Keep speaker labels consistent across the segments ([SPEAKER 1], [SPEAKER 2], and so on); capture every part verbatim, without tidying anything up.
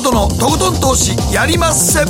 [SPEAKER 1] 誠のとことん投資やりまっせ。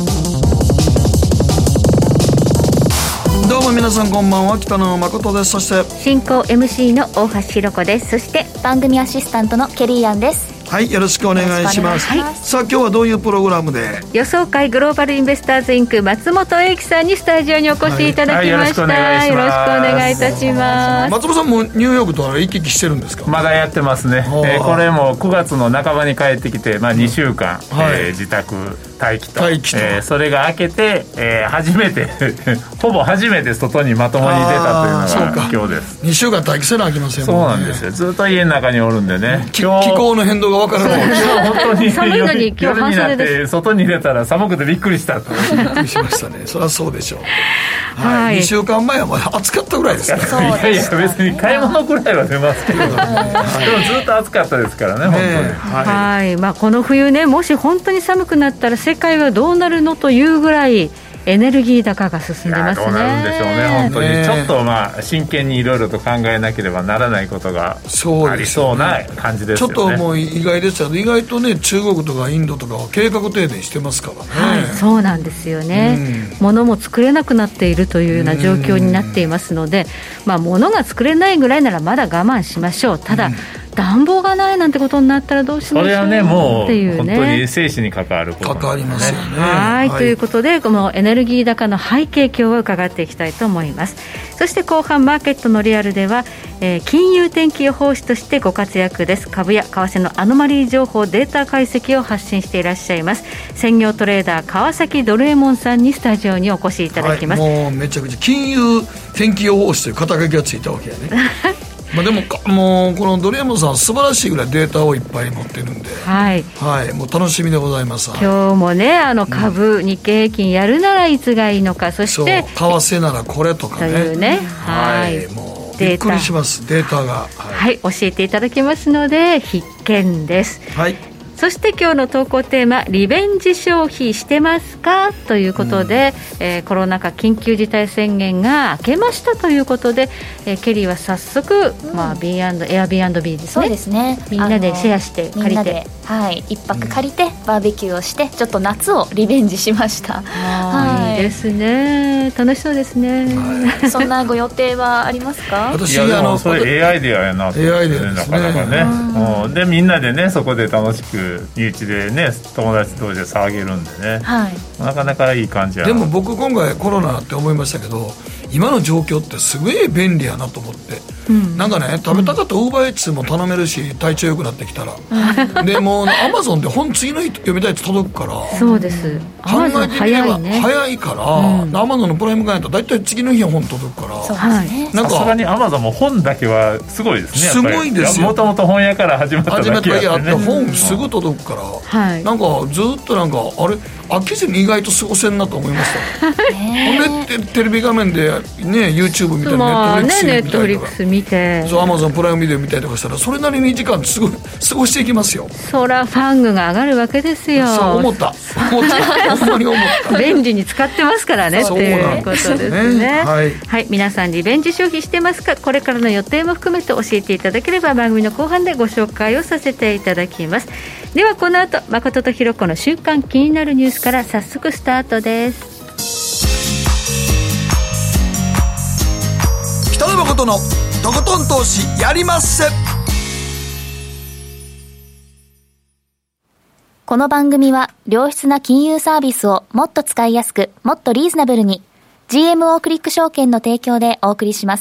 [SPEAKER 1] どうも皆さんこんばんは、北野誠です。そして
[SPEAKER 2] 進行 エムシー の大橋ひろ子です。そして
[SPEAKER 3] 番組アシスタントのケリーアンです。
[SPEAKER 1] はい、よろしくお願いします。はい、さあ今日はどういうプログラムで？
[SPEAKER 2] 予想会グローバルインベスターズインク松本英樹さんにスタジオにお越しいただきました。はい、よろしくお願いいたします。
[SPEAKER 1] 松本さんもニューヨークとは行き来してるんですか？
[SPEAKER 4] まだやってますね。えー、これもくがつの半ばに帰ってきて、まあ、にしゅうかん、うんはいえー、自宅待機と、
[SPEAKER 1] 待機と
[SPEAKER 4] えー、それが明けて、えー、初めてほぼ初めて外にまともに出たというのが今日です。
[SPEAKER 1] にしゅうかん待機せなあきませんもんね。
[SPEAKER 4] そうなんですよ。ずっと家の中におるんでね。
[SPEAKER 1] 気候の変動が分からない。
[SPEAKER 4] 本当に
[SPEAKER 2] 寒いのに今日半袖です。
[SPEAKER 4] 夜になって外に出たら寒くてびっくりしたと。
[SPEAKER 1] びっくりしましたね。そりゃそうでしょう。はいはい、にしゅうかんまえはまだ暑かったぐらいですね。
[SPEAKER 4] いやいや別に買い物ぐらいは出ますけど、でもずっと暑かったですからね、本当に。
[SPEAKER 2] はい、はいまあ、この冬ね、もし本当に寒くなったら世界はどうなるのというぐらいエネルギー高が進んでますね。
[SPEAKER 4] どうなるんでしょうね、本当に、ね、ちょっとまあ真剣にいろいろと考えなければならないことがありそうな感じですよね。
[SPEAKER 1] ちょっともう意外ですよね。意外とね、中国とかインドとかは計画停電してますからね。
[SPEAKER 2] はい、そうなんですよね、うん、物も作れなくなっているというような状況になっていますので、まあ、物が作れないぐらいならまだ我慢しましょう。ただ、うん暖房がないなんてことになったらどうしましょう。
[SPEAKER 4] それはね、もう
[SPEAKER 2] っていうね、
[SPEAKER 4] 本当に生死に関わること、ね、
[SPEAKER 1] 関わりますよね。
[SPEAKER 2] はい、
[SPEAKER 1] はい、
[SPEAKER 2] ということでこのエネルギー高の背景、今日は伺っていきたいと思います。そして後半マーケットのリアルでは、えー、金融天気予報士としてご活躍です。株や為替のアノマリー情報データ解析を発信していらっしゃいます専業トレーダー川崎ドルエモンさんにスタジオにお越しいただきます。
[SPEAKER 1] はい、もうめちゃくちゃ金融天気予報士という肩書きがついたわけやねまあでももうこのドルエモンさん素晴らしいぐらいデータをいっぱい持ってるんで、
[SPEAKER 2] はい
[SPEAKER 1] はい、もう楽しみでございます。
[SPEAKER 2] 今日もね、あの株、うん、日経平均やるならいつがいいのか、そして
[SPEAKER 1] そう為替ならこれとかね、
[SPEAKER 2] というね、はい、
[SPEAKER 1] はい、もうびっくりしますデータが、はい
[SPEAKER 2] はい、教えていただきますので必見です。はい、そして今日の投稿テーマ、リベンジ消費してますかということで、うんえー、コロナ禍緊急事態宣言が明けましたということで、えー、ケリーは早速、うんまあ、B&エアビーアンドビー ですね。
[SPEAKER 3] そうですね、
[SPEAKER 2] みんなでシェアして借りてみんなで、
[SPEAKER 3] はい、一泊借りてバーベキューをしてちょっと夏をリベンジしました。
[SPEAKER 2] はい、いいですね、楽しそうですね、
[SPEAKER 3] はい、そんなご予定はありますか？
[SPEAKER 4] 私いやでもそれ エーアイ デアやなと、
[SPEAKER 1] エーアイ デアですね、
[SPEAKER 4] なかなかね、うん、でみんなでねそこで楽しく身内でね友達同士で騒げるんでね、はい、なかなかいい感じやな。
[SPEAKER 1] でも僕今回コロナって思いましたけど、今の状況ってすごい便利やなと思って、うん、なんかね食べたかったらウーバーイーツも頼めるし、体調良くなってきたら、うん、でもうアマゾンで本次の日読みたいやつ届くから、
[SPEAKER 2] そうです、
[SPEAKER 1] 考えてみれば早いから、アマゾンのプライム会員だと大体次の日は本届くから、
[SPEAKER 3] そうですね、
[SPEAKER 4] なんかさすがにアマゾンも本だけはすごいですね。
[SPEAKER 1] すごいですよ。
[SPEAKER 4] もともと本屋から始まっただけやってね、
[SPEAKER 1] 始まっただけあって本すぐ届くから、はい、なんかずっとなんかあれ飽きずに意外と過ごせんなと思いましたねでテレビ画面で、ね、YouTube 見たり、
[SPEAKER 2] まあ、
[SPEAKER 1] ネットフリッ
[SPEAKER 2] クス見たりとか、
[SPEAKER 1] そう Amazon プライムビデオ見たりとかしたらそれなりに時間すごい過ごしていきますよ。
[SPEAKER 2] そらファングが上がるわけですよ。
[SPEAKER 1] そう思った思ったほんまに思った
[SPEAKER 2] 便利に使ってますからねっていうことですね。はい、はい、皆さんリベンジ消費してますか？これからの予定も含めて教えていただければ番組の後半でご紹介をさせていただきます。ではこの後誠とひろ子の週刊気になるニュースから早速スタートです。
[SPEAKER 1] 北野誠のとことん投資やりまっせ。
[SPEAKER 3] この番組は良質な金融サービスをもっと使いやすくもっとリーズナブルに ジーエムオー クリック証券の提供でお送りします。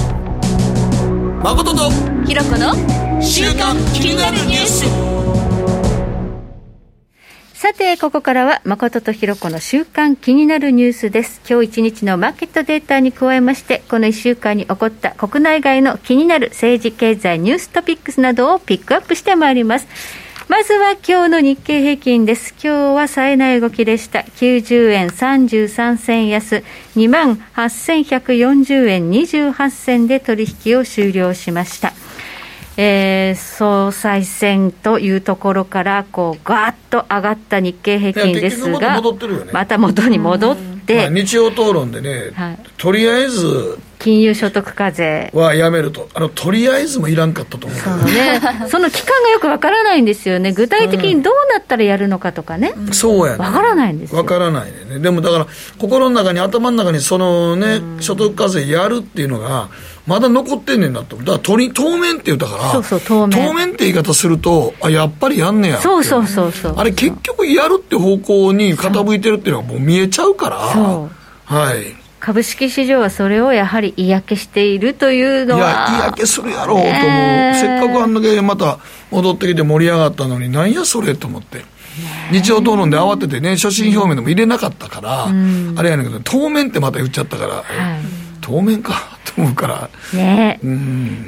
[SPEAKER 1] 誠と
[SPEAKER 2] ひろ子の
[SPEAKER 1] 週刊気になるニュース。
[SPEAKER 2] さてここからは誠とひろ子の週刊気になるニュースです。今日一日のマーケットデータに加えましてこのいっしゅうかんに起こった国内外の気になる政治経済ニューストピックスなどをピックアップしてまいります。まずは今日の日経平均です。今日は冴えない動きでした。きゅうじゅうえんさんじゅうさん銭安 にまんはっせんひゃくよんじゅうえんにじゅうはち銭で取引を終了しました。えー、総裁選というところからこうガーッと上がった日経平均ですが、
[SPEAKER 1] また戻ってるよね。
[SPEAKER 2] また元に戻って、
[SPEAKER 1] まあ、日曜討論でね、はい、とりあえず
[SPEAKER 2] 金融所得課税
[SPEAKER 1] はやめると、あのとりあえずもいらんかったと思う。
[SPEAKER 2] そうねその期間がよくわからないんですよね。具体的にどうなったらやるのかとかね、
[SPEAKER 1] うん、そうやね、
[SPEAKER 2] わからないんですよ。
[SPEAKER 1] わからないね。でもだから心の中に頭の中にそのね、うん、所得課税やるっていうのがまだ残ってんねんなと。だから当面って言ったから、
[SPEAKER 2] そうそう当面
[SPEAKER 1] 当面って言い方すると、あやっぱりやんねや、
[SPEAKER 2] そうそうそうそう、
[SPEAKER 1] あれ結局やるって方向に傾いてるっていうのがもう見えちゃうから、
[SPEAKER 2] そう、
[SPEAKER 1] はい、
[SPEAKER 2] 株式市場はそれをやはり嫌気しているというのは、
[SPEAKER 1] いや嫌気するやろうと思う、ね、せっかくあんだけまた戻ってきて盛り上がったのになんやそれと思って、ね、日曜討論で慌ててね所信表明でも入れなかったから、うん、あれやねんけど当面ってまた言っちゃったから、はい、当面かと思うから
[SPEAKER 2] ね、
[SPEAKER 1] うん、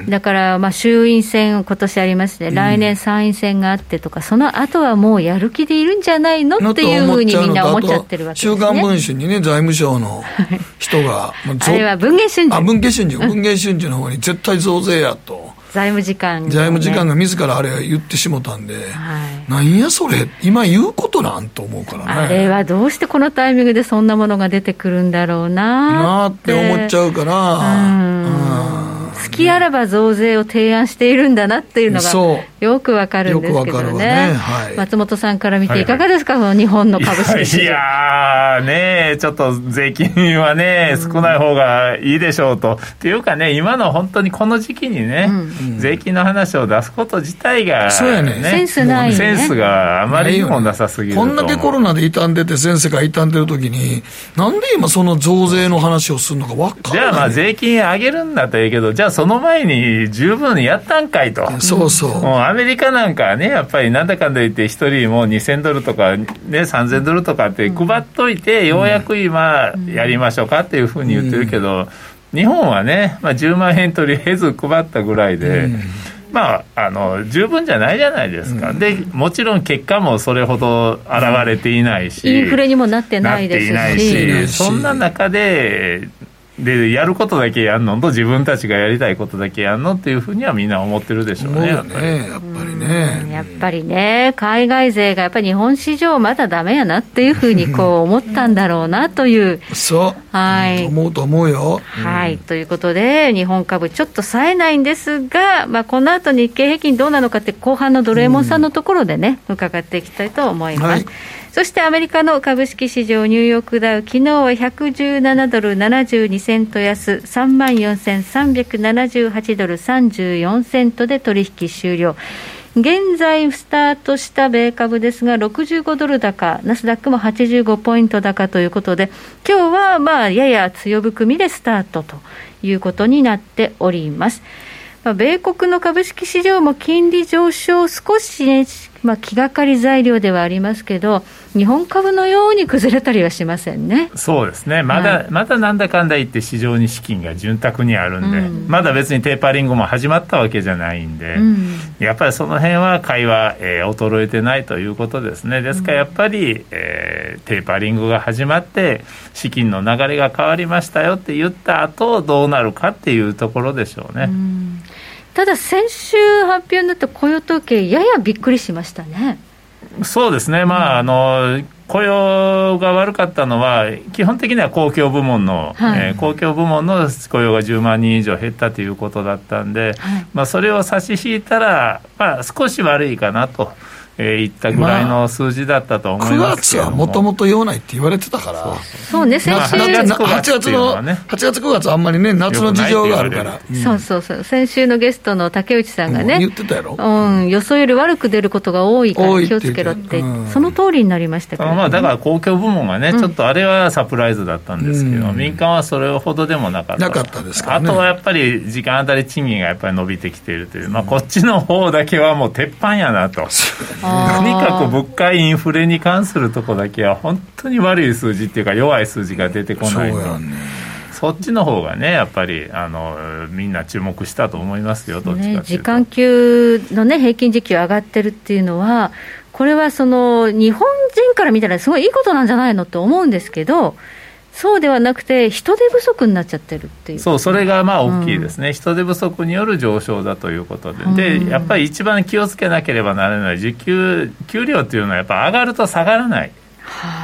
[SPEAKER 2] だからまあ衆院選今年ありますね、うん、来年参院選があってとかその後はもうやる気でいるんじゃないのっていうふうにみんな思っちゃってるわけですね。
[SPEAKER 1] 週刊文春にね財務省の人が
[SPEAKER 2] あれは文藝春秋、
[SPEAKER 1] あ文藝春秋文藝春秋の方に絶対増税やと
[SPEAKER 2] 財務次官、ね、
[SPEAKER 1] 財務次官が自らあれ言ってしもたんで、はい、なんやそれ今言うことなんと思うからね。
[SPEAKER 2] あれはどうしてこのタイミングでそんなものが出てくるんだろうなって
[SPEAKER 1] なって思っちゃうから、うん
[SPEAKER 2] うん好きあらば増税を提案しているんだなっていうのがよくわかるんですけど ね, ね、はい、松本さんから見ていかがですか、はいはい、日本の株式市場。
[SPEAKER 4] いやーねちょっと税金はね少ない方がいいでしょうと、っていうかね今の本当にこの時期にね、うん、税金の話を出すこと自体が、ね、
[SPEAKER 1] そうやね
[SPEAKER 2] センスない、ね、
[SPEAKER 4] センスがあまりにもなさすぎると思う。
[SPEAKER 1] こんだけコロナで傷んでて先生が傷んでる時になんで今その増税の話をするのか分かんない。
[SPEAKER 4] じゃあまあ税金上げるんだったらいいけど、じゃあその前に十分やったんかいと。
[SPEAKER 1] そうそう、
[SPEAKER 4] もうアメリカなんかはねやっぱりなんだかんだ言って一人もうにせんドルとか、ね、さんぜんドルとかって配っといて、ようやく今やりましょうかっていうふうに言ってるけど、日本はね、まあ、じゅうまんえんとりあえず配ったぐらいで、まあ、あの十分じゃないじゃないですか、うん、でもちろん結果もそれほど現れていないし、
[SPEAKER 2] インフレにもなってないですし、
[SPEAKER 4] なっていないし、そんな中ででやることだけやんのと自分たちがやりたいことだけやんのっていうふうにはみんな思ってるでしょうね。
[SPEAKER 1] やっぱりね、やっぱりね、
[SPEAKER 2] やっぱりね海外勢がやっぱり日本市場まだダメやなっていうふうにこう思ったんだろうなという
[SPEAKER 1] そう、はい、思うと思うよ、
[SPEAKER 2] はい、うん、ということで日本株ちょっと冴えないんですが、まあ、この後日経平均どうなのかって後半のドレーモンさんのところでね、うん、伺っていきたいと思います、はい。そしてアメリカの株式市場ニューヨークダウ昨日はひゃくじゅうななドルななじゅうにセント安 さんまんよんせんさんびゃくななじゅうはちドルさんじゅうよんセントで取引終了。現在スタートした米株ですがろくじゅうごドル高、ナスダックもはちじゅうごポイント高ということで今日はまあやや強含みでスタートということになっております。まあ、米国の株式市場も金利上昇少し、ね、まあ、気がかり材料ではありますけど日本株のように崩れたりはしませんね。
[SPEAKER 4] そうですね、まだ、はい、まだなんだかんだ言って市場に資金が潤沢にあるんで、うん、まだ別にテーパリングも始まったわけじゃないんで、うん、やっぱりその辺は買いは、えー、衰えてないということですね。ですからやっぱり、えー、テーパリングが始まって資金の流れが変わりましたよって言った後どうなるかっていうところでしょうね。うん、
[SPEAKER 2] ただ先週発表になった雇用統計ややびっくりしましたね。
[SPEAKER 4] そうですね、まあ、あの雇用が悪かったのは基本的には公共部門の、はい、えー、公共部門の雇用がじゅうまんにん以上減ったということだったんで、はい、まあ、それを差し引いたら、まあ、少し悪いかなとえー、いったぐらいの数字だったと思いますけども、
[SPEAKER 1] まあ、くがつはもともと用ないって言われてたから、
[SPEAKER 2] そうそうね、先週
[SPEAKER 1] はちがつのはちがつくがつあんまりね夏の事情があるから、
[SPEAKER 2] うん、そうそうそう、先週のゲストの竹内さんがね、
[SPEAKER 1] うん、言ってたやろ、
[SPEAKER 2] うん、予想より悪く出ることが多いから気をつけろって、うん、その通りになりましたけど、ね、
[SPEAKER 4] まあ、だから公共部門がね、うん、ちょっとあれはサプライズだったんですけど、うん、民間はそれほどでもなかった
[SPEAKER 1] なかったですからね。
[SPEAKER 4] あとはやっぱり時間当たり賃金がやっぱり伸びてきているという、まあ、こっちの方だけはもう鉄板やなと、とにかく物価インフレに関するところだけは本当に悪い数字っていうか弱い数字が出てこないと、 そうやね、そっちの方がねやっぱりあのみんな注目したと思いますよ。どっちかというと、ね、
[SPEAKER 2] 時間給の、ね、平均時給上がってるっていうのはこれはその日本人から見たらすごいいいことなんじゃないのと思うんですけど、そうではなくて人手不足になっちゃってるっていう、
[SPEAKER 4] そう、それがまあ大きいですね、うん、人手不足による上昇だということで、うん、でやっぱり一番気をつけなければならない時給給料っていうのはやっぱ上がると下がらない、
[SPEAKER 2] はい、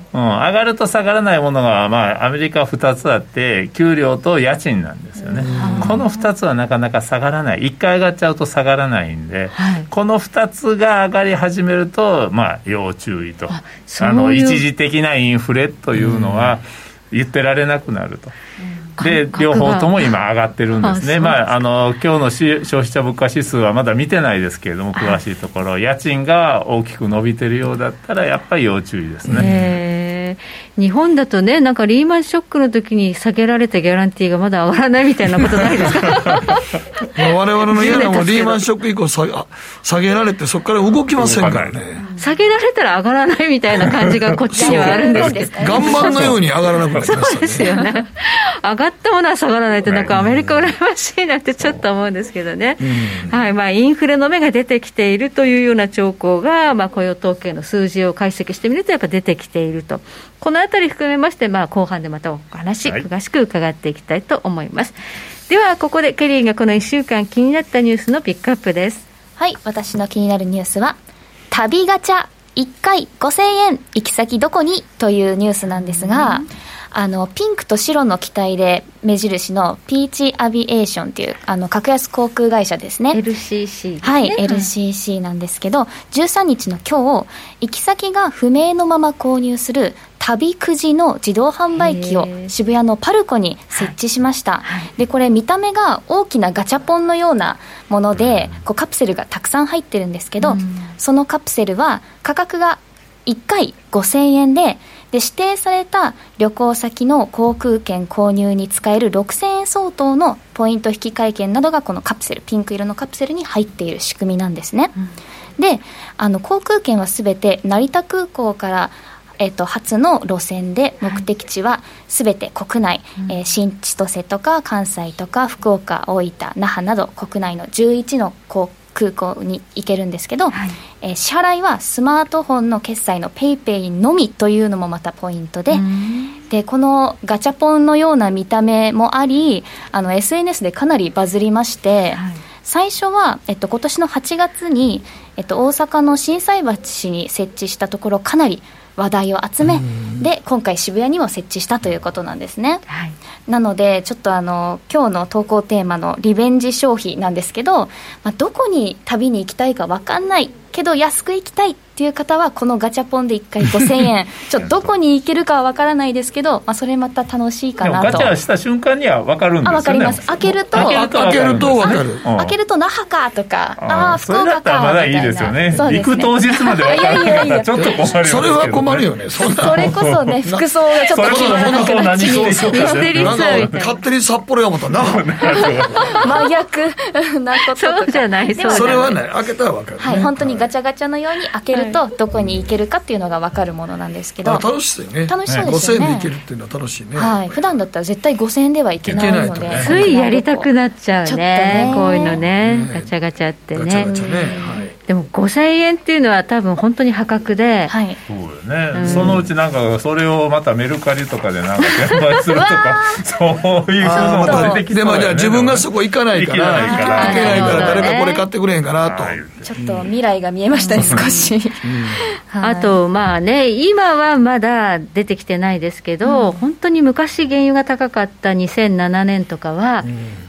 [SPEAKER 4] うん、上がると下がらないものが、まあ、アメリカはふたつあって給料と家賃なんですよね。このふたつはなかなか下がらない。いっかい上がっちゃうと下がらないんで、はい、このふたつが上がり始めると、まあ、要注意と。ああの一時的なインフレというのは言ってられなくなると。で両方とも今上がってるんですね。あ、まあ、あの今日の消費者物価指数はまだ見てないですけれども、詳しいところ家賃が大きく伸びてるようだったらやっぱり要注意ですね。
[SPEAKER 2] へー、日本だとね、なんかリーマンショックの時に下げられたギャランティーがまだ上がらないみたいなことないですか？
[SPEAKER 1] 我々の嫌なもリーマンショック以降下げ、下げられてそこから動きませんからね。
[SPEAKER 2] 下げられたら上がらないみたいな感じがこっちにはあるんですけど
[SPEAKER 1] 岩盤のように上がらなくなりましたね。
[SPEAKER 2] そうですよね。上がったものは下がらないと、なんかアメリカ羨ましいなってちょっと思うんですけどね、うん、はい、まあ、インフレの目が出てきているというような兆候が、まあ、雇用統計の数字を解析してみるとやっぱ出てきていると。このあたり含めまして、まあ、後半でまたお話、はい、詳しく伺っていきたいと思います。ではここでケリーがこのいっしゅうかん気になったニュースのピックアップです。
[SPEAKER 3] はい、私の気になるニュースは旅ガチャいっかいごせんえん行き先どこにというニュースなんですが、うん、あのピンクと白の機体で目印のピーチアビエーションというあの格安航空会社ですね。
[SPEAKER 2] エルシーシー ですね。
[SPEAKER 3] はい、エルシーシー なんですけど、じゅうさんにちの今日行き先が不明のまま購入する旅くじの自動販売機を渋谷のパルコに設置しました、はいはい、でこれ見た目が大きなガチャポンのようなもので、こうカプセルがたくさん入ってるんですけど、うん、そのカプセルは価格がいっかいごせんえんで、で指定された旅行先の航空券購入に使えるろくせんえん相当のポイント引換券などがこのカプセル、ピンク色のカプセルに入っている仕組みなんですね、うん、であの航空券はすべて成田空港からえー、と初の路線で、目的地はすべて国内、はい、えー、新千歳とか関西とか福岡、大分、那覇など国内のじゅういちの航空港に行けるんですけど、はい、えー、支払いはスマートフォンの決済のペイペイのみというのもまたポイントで、でこのガチャポンのような見た目もあり、あの エスエヌエス でかなりバズりまして、はい、最初は、えっと、今年のはちがつに、えっと、大阪の心斎橋に設置したところかなり話題を集め、で今回渋谷にも設置したということなんですね、はい、なのでちょっとあの今日の投稿テーマのリベンジ消費なんですけど、まあ、どこに旅に行きたいか分かんないけど安く行きたいっていう方はこのガチャポンでいっかいごせんえんちょっとどこに行けるかは分からないですけど、まあ、それまた楽しいかなと。
[SPEAKER 4] でもガチャした瞬間には分かるんですよね。
[SPEAKER 3] あ、分かります。開けると
[SPEAKER 1] 開けると分かる。
[SPEAKER 3] 開けると那覇かとか、
[SPEAKER 4] ああ福岡かみたいな。それだったらまだいいですよね。
[SPEAKER 3] そうですね、
[SPEAKER 4] 行く当日まで分かるからちょっと困るよね。
[SPEAKER 1] それは困るよね。 そ,
[SPEAKER 3] それこそね服装がちょっと気にならなくなっちゃう。
[SPEAKER 1] 勝手に札幌やもたな
[SPEAKER 3] 真逆なこととか。
[SPEAKER 2] そうじゃない。
[SPEAKER 1] それはね、開けたら分かる、ね、
[SPEAKER 3] はい、本当にガチャガチャのように開けるとどこに行けるかっていうのが分かるものなんですけど、
[SPEAKER 1] 楽しいですよね。
[SPEAKER 3] 楽しそうですよね。
[SPEAKER 1] ごせんえんで行けるっていうのは楽しいね、
[SPEAKER 3] はい、普段だったら絶対ごせんえんでは行けないので、ね、
[SPEAKER 2] ついやりたくなっちゃう ね, ねこういうの ね, ねガチャガチャってね。
[SPEAKER 1] ガチャガチャね、はい、
[SPEAKER 2] でもごせんえんっていうのは多分本当に破格で、
[SPEAKER 3] はい、
[SPEAKER 4] そうよね、うん、そのうちなんかそれをまたメルカリとかでなんか転売するとかそういうのも出てきそう、ね、
[SPEAKER 1] でもじゃあ自分がそこ行かないから行けないから誰かこれ買ってくれへんかなと、はい、
[SPEAKER 3] ちょっと未来が見えましたね、少し、うん
[SPEAKER 2] あとまあね、今はまだ出てきてないですけど、うん、本当に昔原油が高かったにせんななねんとかは、うん、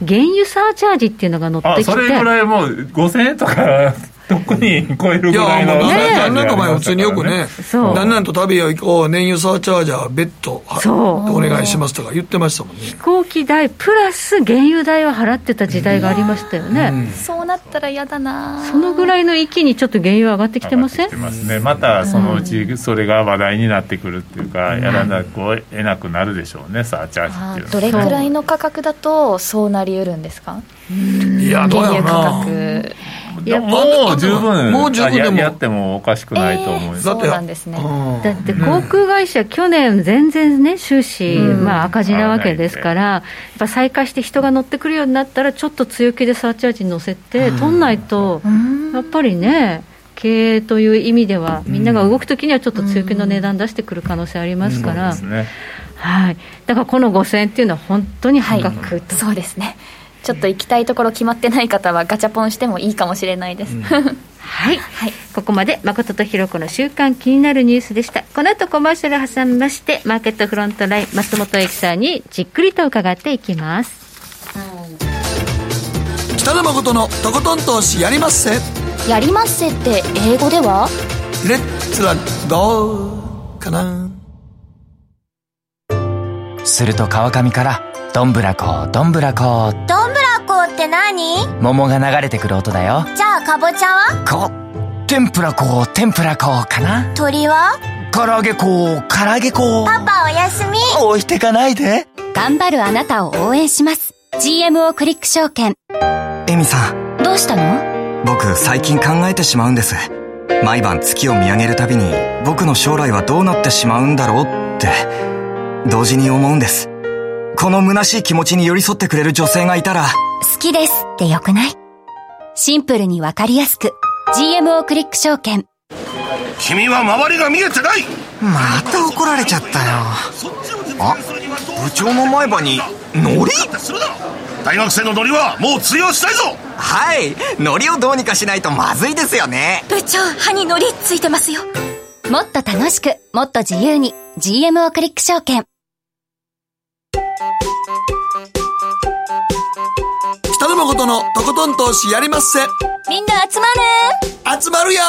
[SPEAKER 2] 原油サーチャージっていうのが乗ってきて、
[SPEAKER 4] あそれぐらいもうごせんえんとか特に超えるぐらいの、
[SPEAKER 1] いやもうなんか前普通によくね、なんなんと旅へ行こう燃油サーチャージャー別途お願いしますとか言ってましたもんね。
[SPEAKER 2] 飛行機代プラス原油代を払ってた時代がありましたよね、うん、
[SPEAKER 3] そうなったら嫌だな。
[SPEAKER 2] そのぐらいの域にちょっと原油上がってきてません？
[SPEAKER 4] 上がってきてますね。またそのうちそれが話題になってくるっていうか、うん、やらなくを得なくなるでしょうね、サーチャージっていうのは。
[SPEAKER 3] どれくらいの価格だとそうなりうるんですか？
[SPEAKER 1] いやどうやろうな、
[SPEAKER 3] 原油価格
[SPEAKER 4] いやもう十分もう十分でも や, やってもおかしくないと思います、
[SPEAKER 3] えー、そうなんですね。
[SPEAKER 2] だって航空会社、うん、去年全然ね収支、うんまあ、赤字なわけですから、やっぱ再開して人が乗ってくるようになったらちょっと強気でサーチャージに乗せて、うん、取んないと、うん、やっぱりね経営という意味ではみんなが動くときにはちょっと強気の値段出してくる可能性ありますから、うんうん、そうですね、はい、だからこのごせんえんっていうのは本当に破格と、はい、
[SPEAKER 3] そうですね。ちょっと行きたいところ決まってない方はガチャポンしてもいいかもしれないです、うん、
[SPEAKER 2] はい、はい、ここまで誠とひろ子の週刊気になるニュースでした。この後コマーシャル挟みましてマーケットフロントライン松本英樹さんにじっくりと伺っていきます。
[SPEAKER 1] 北野誠のとことん投資やりまっせ。
[SPEAKER 3] やりまっせって英語では
[SPEAKER 1] レッツラゴーかな。
[SPEAKER 5] すると川上からどんぶらこどんぶらこ。
[SPEAKER 6] どんぶらこって何？
[SPEAKER 5] 桃が流れてくる音だよ。
[SPEAKER 6] じゃあかぼちゃは？
[SPEAKER 5] こ天ぷらこ天ぷらこかな。
[SPEAKER 6] 鳥は？
[SPEAKER 5] 唐揚げこ唐揚げこ。
[SPEAKER 6] パパおやすみ。
[SPEAKER 5] 置いてかないで。
[SPEAKER 7] 頑張るあなたを応援します。 ジーエムオー クリック証券。
[SPEAKER 8] エミさん、
[SPEAKER 7] どうしたの？
[SPEAKER 8] 僕最近考えてしまうんです。毎晩月を見上げるたびに僕の将来はどうなってしまうんだろうって同時に思うんです。この虚しい気持ちに寄り添ってくれる女性がいたら。
[SPEAKER 7] 好きですってよくない？シンプルにわかりやすく ジーエムオー クリック証券。
[SPEAKER 9] 君は周りが見えてない。
[SPEAKER 8] また怒られちゃったよ。あ、部長の前歯にノリ？
[SPEAKER 9] 大学生のノリはもう通用しないぞ。
[SPEAKER 8] はい、ノリをどうにかしないとまずいですよね。
[SPEAKER 6] 部長、歯にノリついてますよ。
[SPEAKER 7] もっと楽しくもっと自由に ジーエムオー クリック証券。
[SPEAKER 1] 北野誠のとことん投資やりまっせ。
[SPEAKER 6] みんな集まる
[SPEAKER 1] 集まるよ。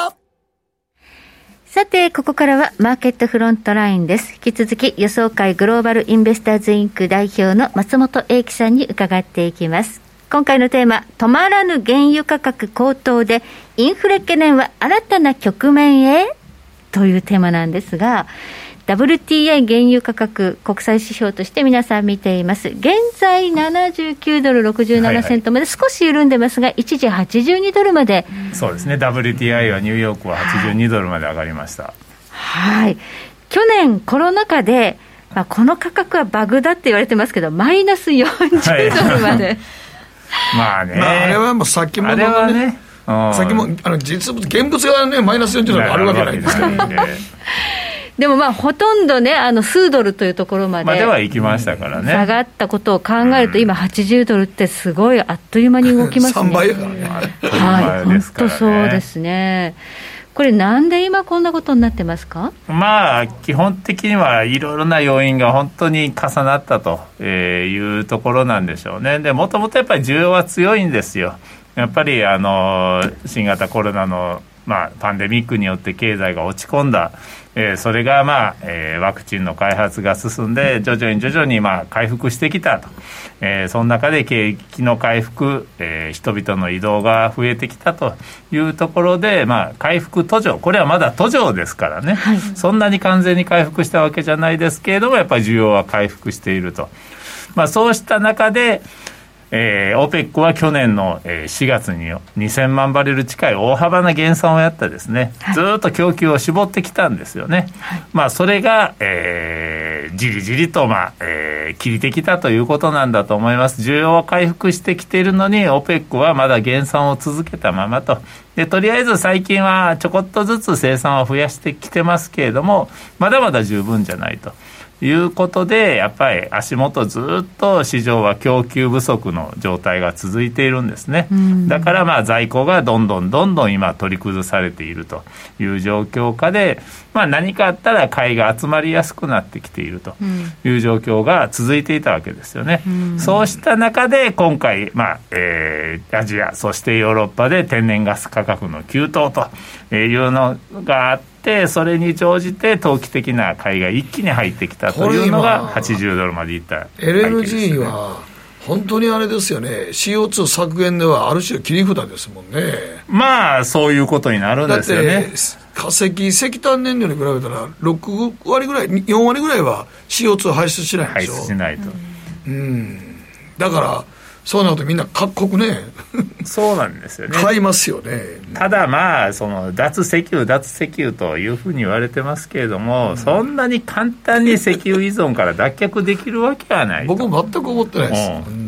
[SPEAKER 2] さてここからはマーケットフロントラインです。引き続き予想会グローバルインベスターズインク代表の松本英樹さんに伺っていきます。今回のテーマ、止まらぬ原油価格高騰でインフレ懸念は新たな局面へというテーマなんですが、 ダブリューティーアイ 原油価格国際指標として皆さん見ています。現在ななじゅうきゅうドルろくじゅうななセントまで少し緩んでますが、一時はちじゅうにドルまで。
[SPEAKER 4] そうですね、 ダブリューティーアイ はニューヨークははちじゅうにドルまで上がりました。
[SPEAKER 2] はい、去年コロナ禍で、まあ、この価格はバグだって言われてますけどマイナスよんじゅうドルまで、はい
[SPEAKER 4] まあね、
[SPEAKER 1] まあ、あれはもう先物のね、先もあの実物現物がねマイナスよんじゅうドルあるわけないんですから、ね、
[SPEAKER 2] でもまあほとんどねあの数ドルというところまで、
[SPEAKER 4] まあ、では行きましたからね。
[SPEAKER 2] 下がったことを考えると、今はちじゅうドルってすごいあっという間に動きますね。
[SPEAKER 1] さんばいやからね。
[SPEAKER 2] はい、本当そうですね。これなんで今こんなことになってますか？
[SPEAKER 4] まあ基本的にはいろいろな要因が本当に重なったというところなんでしょうね。でもともとやっぱり需要は強いんですよ。やっぱりあの新型コロナのまあ、パンデミックによって経済が落ち込んだ、えー、それが、まあえー、ワクチンの開発が進んで徐々に徐々に、まあ、回復してきたと、えー、その中で景気の回復、えー、人々の移動が増えてきたというところで、まあ、回復途上、これはまだ途上ですからね、はい、そんなに完全に回復したわけじゃないですけれども、やっぱり需要は回復していると、まあ、そうした中でえー、オペック は去年のしがつににせんまんバレル近い大幅な減産をやったですね、はい、ずっと供給を絞ってきたんですよね、はい、まあ、それが、えー、じりじりと、まあえー、切りてきたということなんだと思います。需要は回復してきているのに オペック はまだ減産を続けたままと。でとりあえず最近はちょこっとずつ生産を増やしてきてますけれども、まだまだ十分じゃないということで、やっぱり足元ずっと市場は供給不足の状態が続いているんですね。だからまあ在庫がどんどんどんどん今取り崩されているという状況下で、まあ、何かあったら買いが集まりやすくなってきているという状況が続いていたわけですよね。そうした中で今回、まあえー、アジアそしてヨーロッパで天然ガス価格の急騰というのがあって、それに乗じて投機的な買いが一気に入ってきたというのがはちじゅうドルまでいった、ね、
[SPEAKER 1] エルエヌジー は本当にあれですよね、 シーオーツー 削減ではある種切り札ですもんね。
[SPEAKER 4] まあそういうことになるんですよね。
[SPEAKER 1] だって化石石炭燃料に比べたらろくわりぐらいよんわりぐらいは シーオーツー 排出しないんでしょ。
[SPEAKER 4] 排出しないと、
[SPEAKER 1] うん、うん、だからそうなるとみんな各国ね
[SPEAKER 4] そうなんですよね、
[SPEAKER 1] 買いますよね。
[SPEAKER 4] ただまあその脱石油脱石油というふうに言われてますけれども、うん、そんなに簡単に石油依存から脱却できるわけはないと。
[SPEAKER 1] 僕も全く思ってないです、
[SPEAKER 4] うん、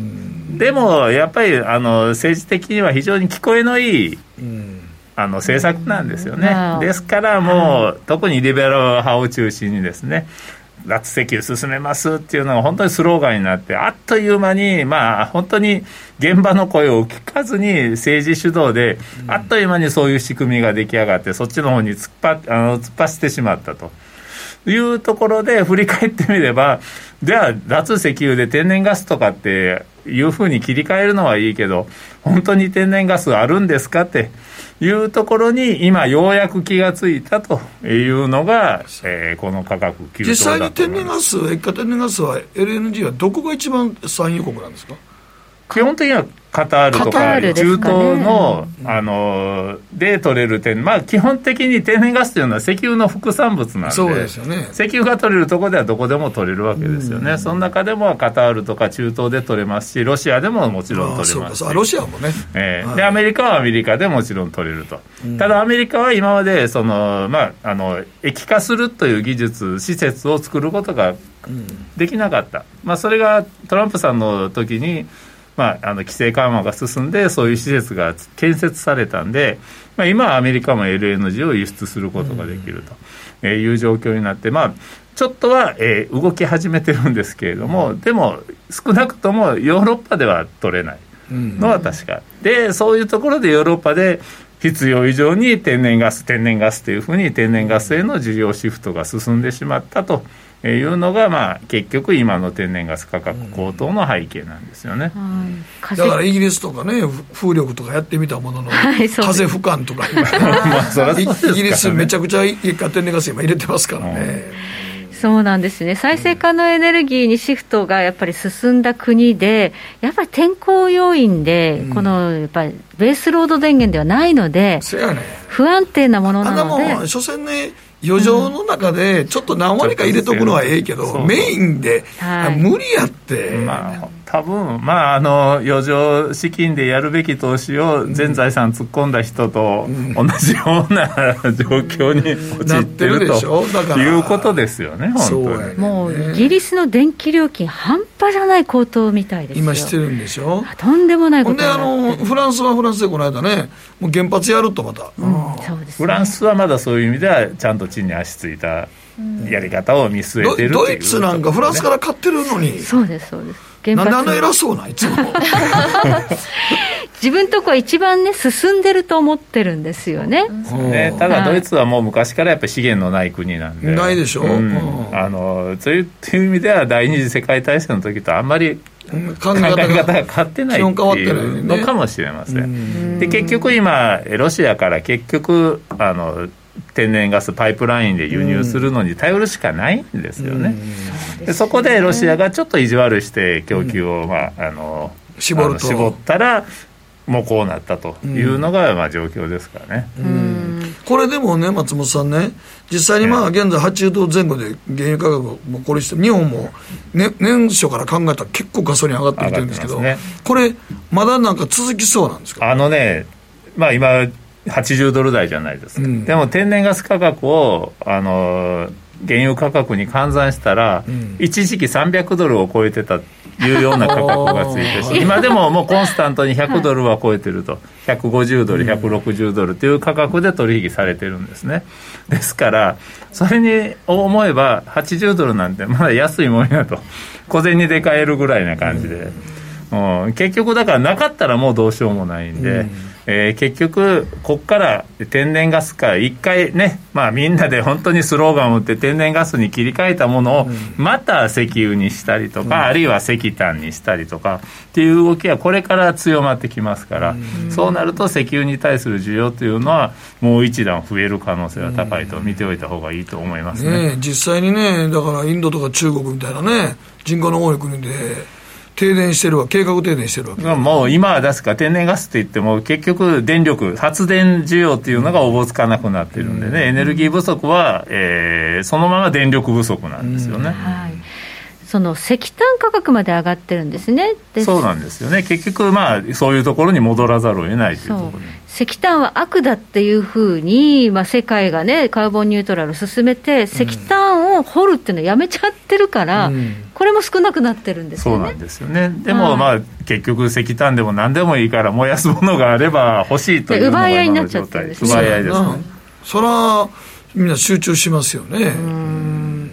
[SPEAKER 4] でもやっぱりあの政治的には非常に聞こえのいい、うん、あの政策なんですよね、うん、ですからもう、はい、特にリベラル派を中心にですね、 脱石油進めますっていうのが本当にスローガンになって、あっという間に、まあ、本当に現場の声を聞かずに政治主導で、あっという間にそういう仕組みが出来上がって、そっちの方に突っ張、あの突っ走ってしまったというところで、振り返ってみれば、では脱石油で天然ガスとかっていうふうに切り替えるのはいいけど、本当に天然ガスあるんですかっていうところに今ようやく気がついたというのが、えー、この価格急騰だと思います。
[SPEAKER 1] 実際に天然ガス、液化天然ガスは エルエヌジー はどこが一番産油国なんですか？
[SPEAKER 4] 基本的にはカタールとか中東の、あので取れる天、まあ、基本的に天然ガスというのは石油の副産物なんで、
[SPEAKER 1] そうですよね、
[SPEAKER 4] 石油が取れるところではどこでも取れるわけですよね、うん、その中でもカタールとか中東で取れますし、ロシアでももちろん取れますし、
[SPEAKER 1] ああロシアもね、
[SPEAKER 4] えー、でアメリカはアメリカでもちろん取れると、うん、ただアメリカは今までその、まあ、あの液化するという技術施設を作ることができなかった、まあ、それがトランプさんの時にまあ、あの規制緩和が進んでそういう施設が建設されたんで、まあ、今はアメリカも エルエヌジー を輸出することができるという状況になって、まあ、ちょっとは、えー、動き始めてるんですけれども、うん、でも少なくともヨーロッパでは取れないのは確か、うん、でそういうところでヨーロッパで必要以上に天然ガス天然ガスというふうに天然ガスへの需要シフトが進んでしまったというのが、まあ、結局今の天然ガス価格高騰の背景なんですよね、
[SPEAKER 1] うんだからイギリスとかね風力とかやってみたものの、はい、風不感とかまあそらそうですからね、イギリスめちゃくちゃ液化天然ガス今入れてますからね、
[SPEAKER 2] うん、そうなんですね。再生可能エネルギーにシフトがやっぱり進んだ国で、やっぱり天候要因で、うん、このやっぱりベースロード電源ではないので、
[SPEAKER 1] そうやね、
[SPEAKER 2] 不安定なものなので、
[SPEAKER 1] あんなもん所詮ね余剰の中でちょっと何割か入れとくのはええけど、うん、メインで、はい、無理やって、
[SPEAKER 4] まあ、多分、まあ、あの余剰資金でやるべき投資を全財産突っ込んだ人と同じような状況に陥ってるということですよね、本当に、ね、
[SPEAKER 2] もうイギリスの電気料金半端じゃない高騰みたいですよ。
[SPEAKER 1] 今してるんでしょ。
[SPEAKER 2] とんでもないことになってる。
[SPEAKER 1] ほんであのフランスはフランスでこの間ね、もう原発やるとまた、うん
[SPEAKER 2] そうですね、
[SPEAKER 4] フランスはまだそういう意味ではちゃんと地に足ついたやり方を見据えてるっていう、
[SPEAKER 1] ドイツなんかフランスから買ってるのに、
[SPEAKER 2] そうですそうです、
[SPEAKER 1] 原発なんであの偉そうないつも
[SPEAKER 2] 自分とこは一番ね進んでると思ってるんですよね、
[SPEAKER 4] ね、ただドイツはもう昔からやっぱり資源のない国なんで、
[SPEAKER 1] ないでしょ、うん、
[SPEAKER 4] あのそういう意味では第二次世界大戦の時とあんまり考え方が変わってないっていうのかもしれません。で結局今ロシアから結局あの天然ガスパイプラインで輸入するのに頼るしかないんですよね、うん、でそこでロシアがちょっと意地悪して供給を、まあ、あの
[SPEAKER 1] 絞ると
[SPEAKER 4] 絞ったらもうこうなったというのが、まあ、状況ですからね、うん
[SPEAKER 1] うん、これでもね松本さんね、実際にまあ現在はちじゅうど前後で原油価格もこれして日本も、ね、年初から考えたら結構ガソリン上がってきてるんですけど、ね、これまだなんか続きそうなんですか。
[SPEAKER 4] あのね、まあ今はちじゅうドル台じゃないですか、うん、でも天然ガス価格をあの原油価格に換算したら、うん、一時期さんびゃくドルを超えてたというような価格がついてし今でももうコンスタントにひゃくドルは超えてると、ひゃくごじゅうドルひゃくろくじゅうドルという価格で取引されてるんですね。ですからそれに思えばはちじゅうドルなんてまだ安いもんやと、小銭で買えるぐらいな感じで、うんうん、結局だからなかったらもうどうしようもないんで、うんえー、結局こっから天然ガスから一回ね、まあ、みんなで本当にスローガンを打って天然ガスに切り替えたものをまた石油にしたりとか、うん、あるいは石炭にしたりとかっていう動きはこれから強まってきますから、うん、そうなると石油に対する需要というのはもう一段増える可能性は高いと見ておいた方がいいと思いますね。
[SPEAKER 1] ねえ、実際にね、だからインドとか中国みたいなね人口の多い国で停電してるわ、計画停電してるわけ。
[SPEAKER 4] もう今はですから天然ガスって言っても結局電力発電需要っていうのがおぼつかなくなってるんでね、うん、エネルギー不足は、えー、そのまま電力不足なんですよね、うんはい、
[SPEAKER 2] その石炭価格まで上がってるんですね。で
[SPEAKER 4] そうなんですよね。結局まあそういうところに戻らざるを得ないというところに、
[SPEAKER 2] 石炭は悪だっていうふうに、まあ、世界がねカーボンニュートラルを進めて石炭を掘るっていうのをやめちゃってるから、うん、これも少なくなってるんですよね。
[SPEAKER 4] そうなんですよね。でも、まあ、結局石炭でも何でもいいから燃やすものがあれば欲しいというのが今の状態。奪い合いになっちゃってるんですね。奪い合いですね。
[SPEAKER 1] それはみんな集中しますよね。うん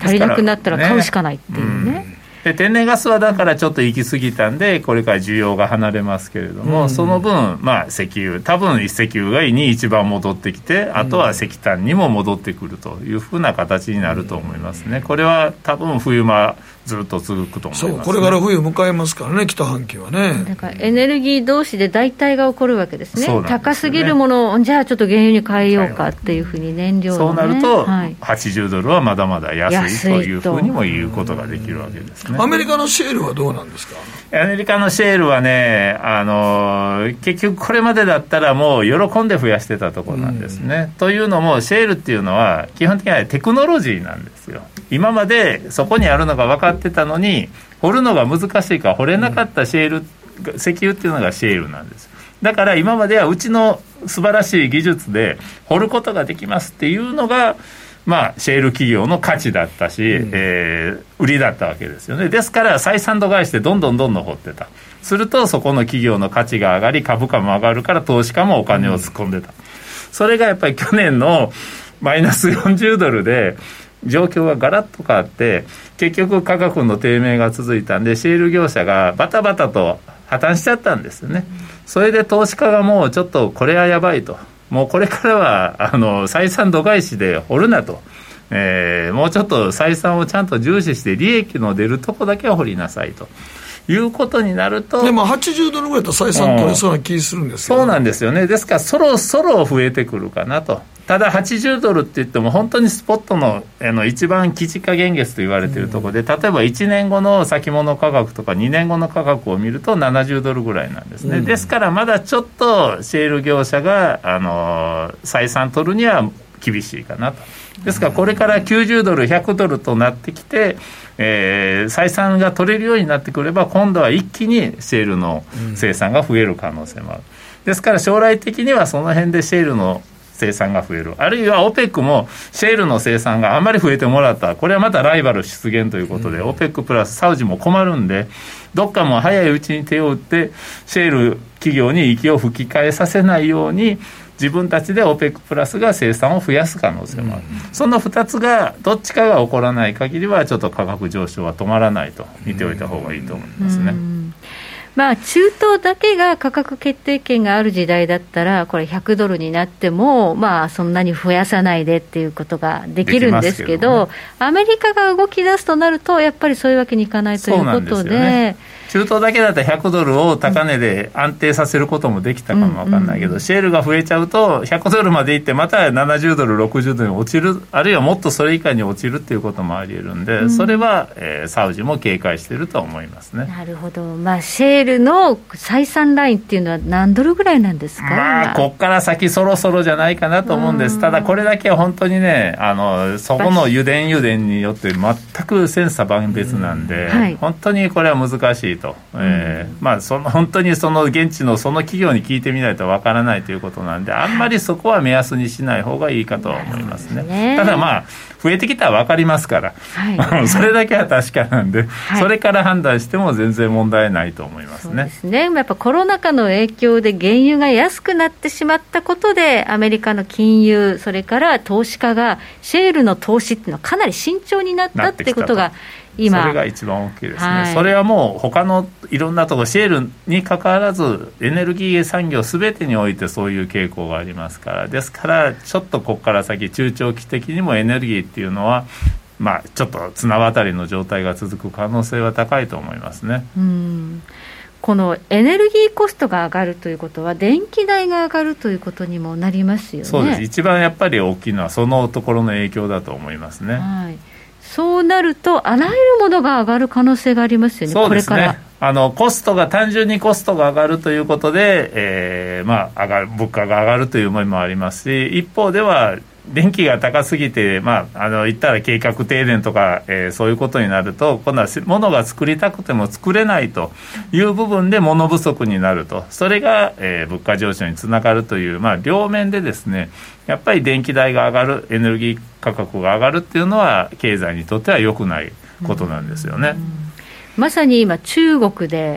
[SPEAKER 2] 足りなくなったら買うしかないっていうね、
[SPEAKER 4] ね、で天然ガスはだからちょっと行き過ぎたんでこれから需要が離れますけれども、うん、その分、まあ、石油多分石油がに一番戻ってきてあとは石炭にも戻ってくるというふうな形になると思いますね。これは多分冬間ずっと続くと思います、ね、
[SPEAKER 1] そうこれから冬迎えますからね北半球はね。
[SPEAKER 2] だからエネルギー同士で代替が起こるわけですね。
[SPEAKER 4] そうなんですよね。
[SPEAKER 2] 高すぎるものをじゃあちょっと原油に変えようかっていうふうに燃料の、ね、
[SPEAKER 4] そうなると、
[SPEAKER 2] はい、
[SPEAKER 4] はちじゅうドルはまだまだ安いというふうにも言うことができるわけですね。
[SPEAKER 1] アメリカのシェールはどうなんですか。
[SPEAKER 4] アメリカのシェールはね、あの結局これまでだったらもう喜んで増やしてたところなんですね、うん、というのもシェールっていうのは基本的にはテクノロジーなんですよ。今までそこにあるのが分かってたのに掘るのが難しいから掘れなかったシェール、うん、石油っていうのがシェールなんです。だから今まではうちの素晴らしい技術で掘ることができますっていうのがまあ、シェール企業の価値だったし、うんえー、売りだったわけですよね。ですから採算度外視でどんどんどんどん掘ってた。するとそこの企業の価値が上がり株価も上がるから投資家もお金を突っ込んでた、うん、それがやっぱり去年のマイナスよんじゅうドルで状況がガラッと変わって結局価格の低迷が続いたんでシェール業者がバタバタと破綻しちゃったんですよね。それで投資家がもうちょっとこれはやばいともうこれからはあの採算度外視で掘るなと、えー、もうちょっと採算をちゃんと重視して利益の出るとこだけは掘りなさいということになると
[SPEAKER 1] でもはちじゅうドルぐらいと採算取れそうな気するんですけど、
[SPEAKER 4] そうなんですよね。ですからそろそろ増えてくるかなと。ただはちじゅうドルって言っても本当にスポット の, あの一番基地化現月と言われているところで、うん、例えばいちねんごの先物価格とかにねんごの価格を見るとななじゅうドルぐらいなんですね、うん、ですからまだちょっとシェール業者があの採算取るには厳しいかなと。ですからこれからきゅうじゅうドルひゃくドルとなってきて、えー、採算が取れるようになってくれば今度は一気にシェールの生産が増える可能性もある。ですから将来的にはその辺でシェールの生産が増える、あるいは オペック もシェールの生産があまり増えてもらった、これはまたライバル出現ということで、うん、オペック プラスサウジも困るんでどっかも早いうちに手を打ってシェール企業に息を吹き替えさせないように自分たちで オペック プラスが生産を増やす可能性もある、うん、そのふたつがどっちかが起こらない限りはちょっと価格上昇は止まらないと見ておいた方がいいと思いますね、うんうん
[SPEAKER 2] まあ、中東だけが価格決定権がある時代だったらこれひゃくドルになっても、まあ、そんなに増やさないでっていうことができるんですけど、けどね、アメリカが動き出すとなるとやっぱりそういうわけにいかないということ で, で、ね、中
[SPEAKER 4] 東だけだったらひゃくドルを高値で安定させることもできたかも分かんないけど、うんうん、シェールが増えちゃうとひゃくドルまでいってまたななじゅうドルろくじゅうドルに落ちる、あるいはもっとそれ以下に落ちるっていうこともあり得るんで、うん、それは、えー、サウジも警戒していると思いますね。
[SPEAKER 2] なるほど、まあ、シェールの採算ラインっていうのは何ドルぐらいなんですか。
[SPEAKER 4] まあこっから先そろそろじゃないかなと思うんです。ただこれだけは本当にね、あのそこの油田油田によって全く千差万別なんで、うんはい、本当にこれは難しいと、えーうんまあ、その本当にその現地のその企業に聞いてみないとわからないということなんで、あんまりそこは目安にしない方がいいかと思いますね、ねただまあ増えてきたら分かりますから、はい、それだけは確かなんで、はい、それから判断しても全然問題ないと思いますね。
[SPEAKER 2] そうですね、やっぱコロナ禍の影響で原油が安くなってしまったことでアメリカの金融それから投資家がシェールの投資っていうのはかなり慎重になったっていうことが今
[SPEAKER 4] それが一番大きいですね、
[SPEAKER 2] はい、
[SPEAKER 4] それはもう他のいろんなところシェールに関わらずエネルギー産業すべてにおいてそういう傾向がありますから、ですからちょっとここから先中長期的にもエネルギーっていうのはまあちょっと綱渡りの状態が続く可能性は高いと思いますね。
[SPEAKER 2] うんこのエネルギーコストが上がるということは電気代が上がるということにもなりますよね。
[SPEAKER 4] そうです。一番やっぱり大きいのはそのところの影響だと思いますね、
[SPEAKER 2] はい、そうなるとあらゆるものが上がる可能性がありますよね。
[SPEAKER 4] そうですね、
[SPEAKER 2] これから
[SPEAKER 4] あのコストが単純にコストが上がるということで、えーまあ、上がる物価が上がるという面もありますし、一方では電気が高すぎて、まあ、あの言ったら計画停電とか、えー、そういうことになると今度は物が作りたくても作れないという部分で物不足になると、それが、えー、物価上昇につながるという、まあ、両面でですね、やっぱり電気代が上がる、エネルギー価格が上がるっていうのは経済にとっては良くないことなんですよね。
[SPEAKER 2] まさに今中国で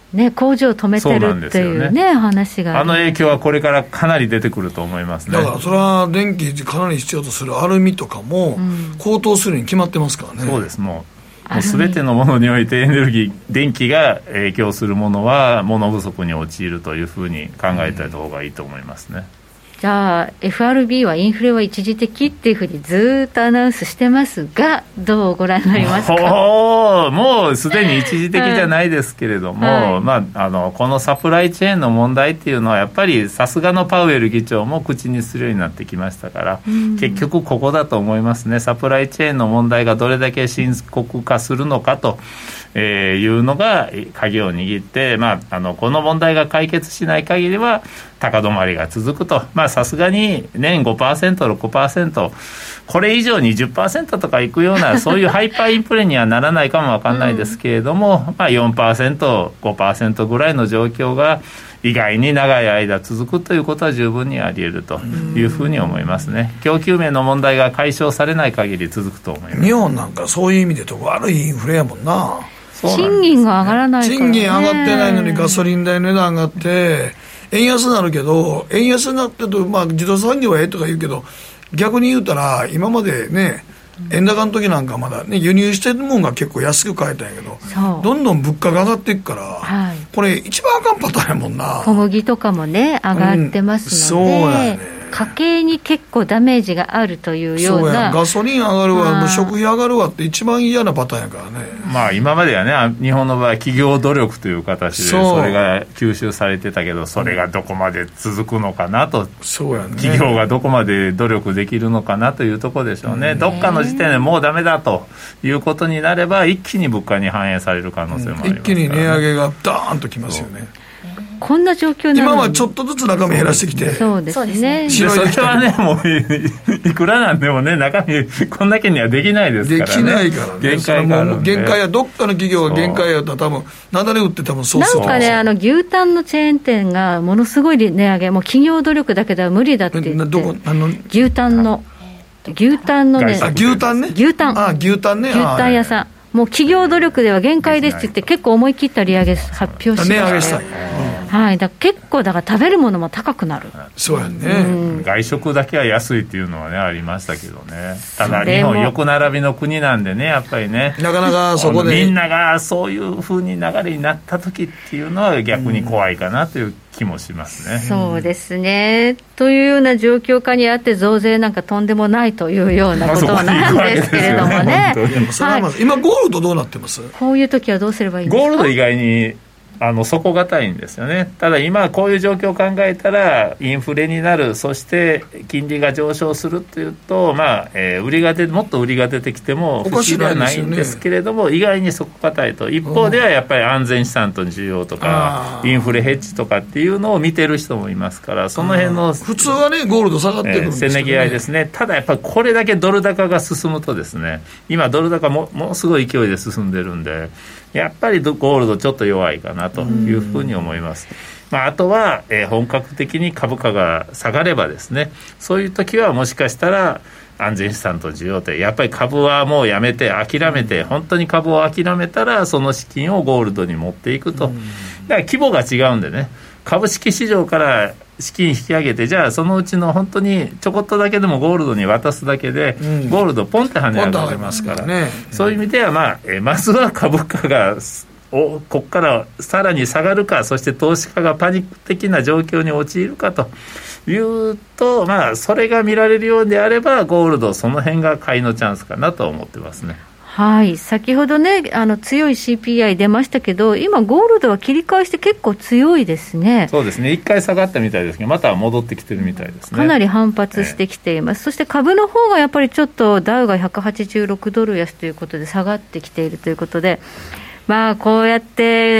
[SPEAKER 2] ね、工場を止めてるっていう ね, ね話が
[SPEAKER 4] あ, あの影響はこれからかなり出てくると思いますね。
[SPEAKER 1] だからそれは電気かなり必要とするアルミとかも高騰するに決まってますからね、
[SPEAKER 4] うん、そうです。もうもう全てのものにおいてエネルギー電気が影響するものは物不足に陥るというふうに考えた方がいいと思いますね、うん。
[SPEAKER 2] じゃあ エフアールビー はインフレは一時的っていうふうにずっとアナウンスしてますが、どうご覧になりますか？
[SPEAKER 4] おもうすでに一時的じゃないですけれども、はい、まあ、あのこのサプライチェーンの問題っていうのはやっぱりさすがのパウエル議長も口にするようになってきましたから、うん、結局ここだと思いますね。サプライチェーンの問題がどれだけ深刻化するのかとえー、いうのが鍵を握って、まあ、あのこの問題が解決しない限りは高止まりが続くと。まあさすがに年 ごパーセント、ろくパーセント これ以上に じゅっパーセント とかいくようなそういうハイパーインフレにはならないかもわかんないですけれども、うん、まあ、よんパーセント、ごパーセント ぐらいの状況が意外に長い間続くということは十分にあり得るというふうに思いますね。供給面の問題が解消されない限り続くと思います。
[SPEAKER 1] 日本なんかそういう意味でと悪いインフレやもんな。
[SPEAKER 2] 賃金が上がらないから、ね、
[SPEAKER 1] 賃金上がってないのにガソリン代の値段上がって円安になるけど、円安になってると、まあ、自動車産業はええとか言うけど、逆に言うたら今までね円高の時なんかまだ、ね、輸入してるもんが結構安く買えたんやけど、どんどん物価が上がっていくから、はい、これ一番あかんパターンやもんな。
[SPEAKER 2] 小麦とかもね上がってますので、うん、そうやね、家計に結構ダメージがあるというような。
[SPEAKER 1] そうや、ガソリン上がるわ、もう食費上がるわって一番嫌なパターンやからね。
[SPEAKER 4] まあ今まではね、日本の場合企業努力という形でそれが吸収されてたけど、それがどこまで続くのかなと、
[SPEAKER 1] そうやね、
[SPEAKER 4] 企業がどこまで努力できるのかなというところでしょうね、うん、どっかの時点でもうダメだということになれば一気に物価に反映される可能性もありますから、ね、
[SPEAKER 1] 一気に値上げがダーンときますよね。
[SPEAKER 2] こんな状況なのに
[SPEAKER 1] 今はちょっとずつ中身減らしてきて、
[SPEAKER 2] そうですね、
[SPEAKER 4] それはね、もういくらなんでもね、中身こんだけにはできないですからね。
[SPEAKER 1] できないからね、
[SPEAKER 4] 限界があるんで。
[SPEAKER 1] 限界はどっかの企業が限界やったら多分なだれ打って多分そうする。
[SPEAKER 2] なんかね、あの牛タンのチェーン店がものすごい値上げ、もう企業努力だけでは無理だって言って、どこあの牛タンの牛タンのね、
[SPEAKER 1] あ牛タンね、
[SPEAKER 2] 牛タン、
[SPEAKER 1] あ牛タンね、
[SPEAKER 2] 牛タン屋さん、もう企業努力では限界ですって言って結構思い切った利上げ発表しました。
[SPEAKER 1] 値上げしたい、
[SPEAKER 2] はい、だから結構だから食べるものも高くなる。
[SPEAKER 1] そうやね、うん、
[SPEAKER 4] 外食だけは安いっていうのはねありましたけどね。ただ日本横並びの国なんでね、やっぱりね、
[SPEAKER 1] なかなかそこで
[SPEAKER 4] みんながそういう風に流れになった時っていうのは逆に怖いかなという気もしますね、
[SPEAKER 2] うん、そうですね。というような状況下にあって増税なんかとんでもないというようなことなんですけれどもね、
[SPEAKER 1] はい、今ゴールドどうなってます？
[SPEAKER 2] こういう時はどうすればいいんですか？
[SPEAKER 4] ゴールド意外にあの底堅いんですよね。ただ今こういう状況を考えたらインフレになる、そして金利が上昇するというと、まあえー、売りが出もっと売りが出てきても不思議ではないんですけれども、意外に底堅いと。一方ではやっぱり安全資産と需要とかインフレヘッジとかっていうのを見てる人もいますから、その辺の
[SPEAKER 1] 普通はねゴールド下がってくるんですよね、
[SPEAKER 4] えー、せめぎ合いですね。ただやっぱりこれだけドル高が進むとですね、今ドル高もものすごい勢いで進んでるんで、やっぱりゴールドちょっと弱いかなというふうに思います。まあ、あとは、えー、本格的に株価が下がればですね、そういう時はもしかしたら安全資産と需要ってやっぱり株はもうやめて諦めて、本当に株を諦めたらその資金をゴールドに持っていくと。だから規模が違うんでね、株式市場から資金引き上げて、じゃあそのうちの本当にちょこっとだけでもゴールドに渡すだけで、うん、ゴールドポンって跳ね上がりますから、ね、そういう意味では、まあ、えまずは株価がおここからさらに下がるか、そして投資家がパニック的な状況に陥るかというと、まあ、それが見られるようであればゴールドその辺が買いのチャンスかなと思ってますね。
[SPEAKER 2] はい、先ほどね、あの強い シーピーアイ 出ましたけど、今ゴールドは切り返して結構強いですね。
[SPEAKER 4] そうですね、一回下がったみたいですけど、また戻ってきてるみたいですね。
[SPEAKER 2] かなり反発してきています、えー、そして株の方がやっぱりちょっとダウがひゃくはちじゅうろくドル安ということで下がってきているということで、まあ、こうやって、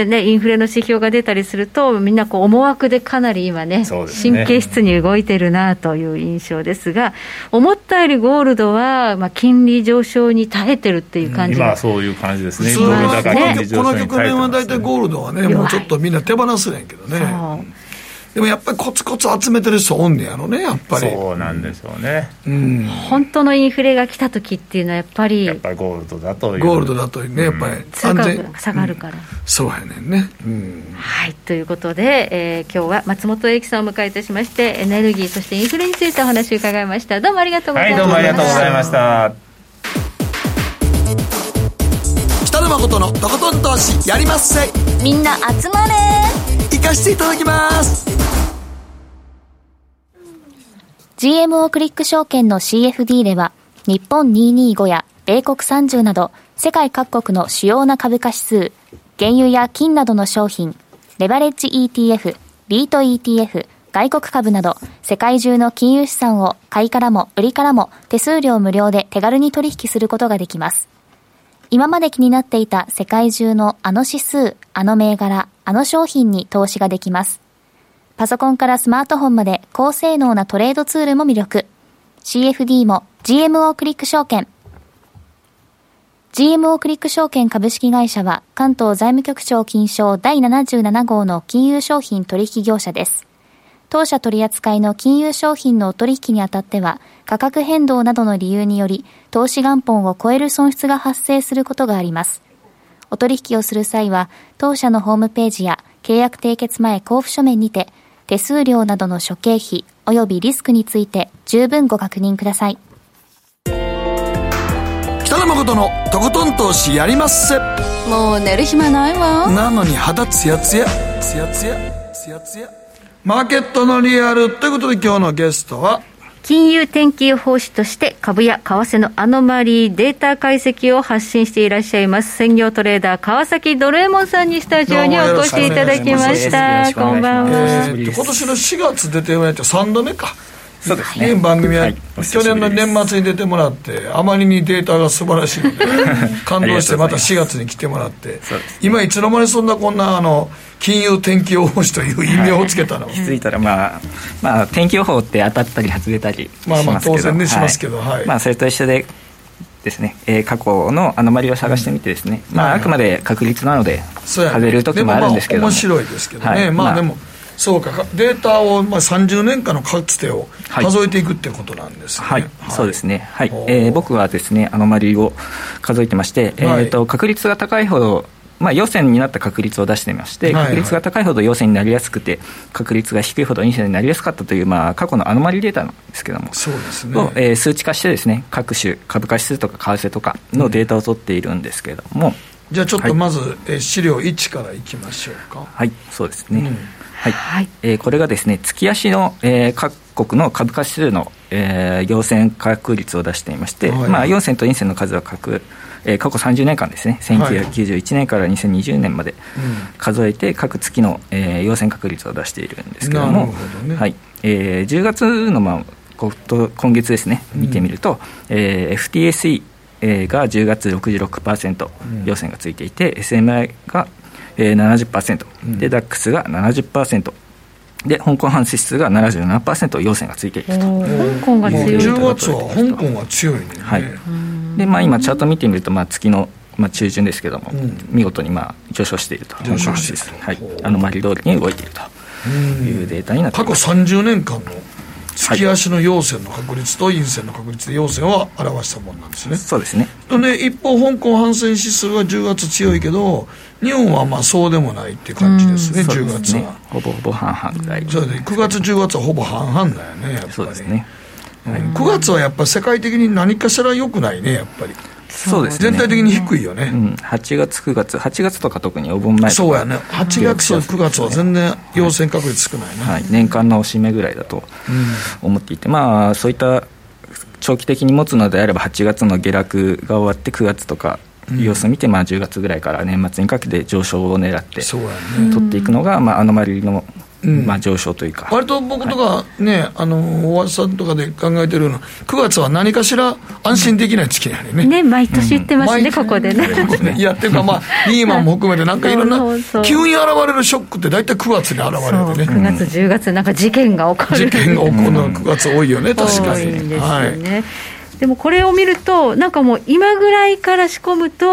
[SPEAKER 2] ね、インフレの指標が出たりすると、みんなこう思惑でかなり今 ね, ね神経質に動いてるなという印象ですが、思ったよりゴールドは、まあ、金利上昇に耐えてるっていう感じ、
[SPEAKER 4] うん、今はそういう感じですね。
[SPEAKER 1] 普通はこの局面は大体ゴールドはね、もうちょっとみんな手放すねんけどね。 でもやっぱりコツコツ集めてる人おんねやろね、やっぱり。
[SPEAKER 4] そうなんでしょうね、
[SPEAKER 2] うん、本当のインフレが来た時っていうのはやっぱり
[SPEAKER 4] やっぱりゴールドだという
[SPEAKER 1] ゴールドだとね、やっぱり
[SPEAKER 2] 通貨が下がるから、うん、
[SPEAKER 1] そうやねんね、うん、
[SPEAKER 2] はいということで、えー、今日は松本英樹さんを迎えいたしましてエネルギーそしてインフレについてお話を伺いました。どうもありがとうございました。
[SPEAKER 4] はい、どうもありがとうございました。
[SPEAKER 1] 北野誠のとことん投資やりまっせ。
[SPEAKER 6] みんな集まれ。
[SPEAKER 1] 行かしていただきます。
[SPEAKER 3] ジーエムオー クリック証券の シーエフディー では日本にひゃくにじゅうごや米国さんじゅうなど世界各国の主要な株価指数、原油や金などの商品、レバレッジ イーティーエフ、リート イーティーエフ、外国株など世界中の金融資産を買いからも売りからも手数料無料で手軽に取引することができます。今まで気になっていた世界中のあの指数、あの銘柄、あの商品に投資ができます。パソコンからスマートフォンまで高性能なトレードツールも魅力。シーエフディー も ジーエムオー クリック証券。ジーエムオー クリック証券株式会社は関東財務局長金賞だいななじゅうなな号の金融商品取引業者です。当社取扱いの金融商品のお取引にあたっては価格変動などの理由により投資元本を超える損失が発生することがあります。お取引をする際は当社のホームページや契約締結前交付書面にて手数料などの諸経費及びリスクについて十分ご確認ください。
[SPEAKER 1] 北野誠のとことん投資やりまっせ。
[SPEAKER 6] もう寝る暇ないわ。
[SPEAKER 1] なのに肌ツヤツヤツヤツヤツヤツヤ。マーケットのリアルということで今日のゲストは
[SPEAKER 2] 金融天気予報士として株や為替のアノマリーデータ解析を発信していらっしゃいます専業トレーダー川崎ドルエモンさんにスタジオにお越しいただきました。こんばんは。
[SPEAKER 1] えー、今年のしがつ出てもらってさんどめか。
[SPEAKER 4] そうですね、
[SPEAKER 1] 番組は、はい、去年の
[SPEAKER 4] 年
[SPEAKER 1] 末に出てもらってあまりにデータが素晴らしいので感動してまたしがつに来てもらって今いつの間にそんなこんなあの金融天気予報士という異名をつけたの、はい、
[SPEAKER 10] 気づいたら、まあ、まあ天気予報って当たったり外れたりしますけど、まあまあ当然ねしますけど、はいはい、まあ、それと一緒でですね、えー、過去のアノマリを探してみてですね、うん、まあ、あくまで確率なので外れる時もあるんですけど、
[SPEAKER 1] 面白いですけどね、はい、まあでも、まあそうか、データを、まあ、さんじゅうねんかんのかつてを数えていくってことなんですね。はい、はいはい、そうですね、
[SPEAKER 10] はい、えー、僕はですねアノマリを数えてまして、はい、えー、と確率が高いほど、まあ、陽線になった確率を出してみまして、はいはい、確率が高いほど陽線になりやすくて確率が低いほど陰線になりやすかったという、まあ、過去のアノマリデータなんですけども、
[SPEAKER 1] そうですね、
[SPEAKER 10] を、えー、数値化してですね各種株価指数とか為替とかのデータを取っているんですけれども、うん、
[SPEAKER 1] じゃあちょっとまず、はい、えー、資料いちからいきましょうか。
[SPEAKER 10] はい、そうですね、うん、はいはい、えー、これがですね月足の、えー、各国の株価指数の、えー、陽線確率を出していまして、はいはい、まあ、陽線と陰線の数は各、えー、過去さんじゅうねんかんですねせんきゅうひゃくきゅうじゅういちねんからにせんにじゅうねんまで数えて各月の、えー、陽線確率を出しているんですけども、なるほどね、はい、えー、じゅうがつの、まあ、こと今月ですね見てみると、うん、えー、エフティーエスイー がじゅうがつ ろくじゅうろくパーセント 陽線がついていて、うん、エスエムアイ がえー、ななじゅっパーセント、うん、で ダックス が ななじゅっパーセント で香港半指数が ななじゅうななパーセント 陽線がついていると。香
[SPEAKER 2] 港が強い、
[SPEAKER 1] じゅうがつは香港が強いね、
[SPEAKER 10] はい、で、まあ、今チャート見てみると、まあ、月の、まあ、中旬ですけども、うん、見事に、まあ、上昇していると
[SPEAKER 1] 上昇している、
[SPEAKER 10] はい、あの周り通りに動いているというデータになっています。
[SPEAKER 1] 過去さんじゅうねんかんの月足の陽線の確率と陰線の確率で陽線を表したものなんですね。
[SPEAKER 10] そうですね。
[SPEAKER 1] で一方香港半線指数はじゅうがつ強いけど日本はまあそうでもないっていう感じですね。じゅうがつは
[SPEAKER 10] ほぼほぼ半々ぐらい。
[SPEAKER 1] そうですね、くがつじゅうがつはほぼ半々だよねやっぱり。
[SPEAKER 10] そうですね、
[SPEAKER 1] はい、くがつはやっぱり世界的に何かしら良くないねやっぱり。
[SPEAKER 10] そうですね、
[SPEAKER 1] 全体的に低いよね、うん、
[SPEAKER 10] はちがつくがつはちがつとか特にお盆前とか
[SPEAKER 1] そうやね、はちがつとくがつは全然陽線確率少ないね、
[SPEAKER 10] はいはい、年間のおしめぐらいだと思っていて、うん、まあそういった長期的に持つのであればはちがつの下落が終わってくがつとか様子を見て、まあじゅうがつぐらいから年末にかけて上昇を狙って取っていくのが、まあ、アノマリのうん、まあ、上昇というか
[SPEAKER 1] 割と僕とかね、はい、あの大和さんとかで考えてるのくがつは何かしら安心できない月なんでね、
[SPEAKER 2] ね、毎年言ってますね、うん、ここでね
[SPEAKER 1] いやっていうか、まあ、リーマンも含めてなんかいろんな急に現れるショックって大体くがつに現れるね。
[SPEAKER 2] くがつじゅうがつなんか事件が起こる
[SPEAKER 1] 事件が起こるのはくがつ多いよね、うん、確かに多い
[SPEAKER 2] んですよね、はい、でもこれを見るとなんかもう今ぐらいから仕込むと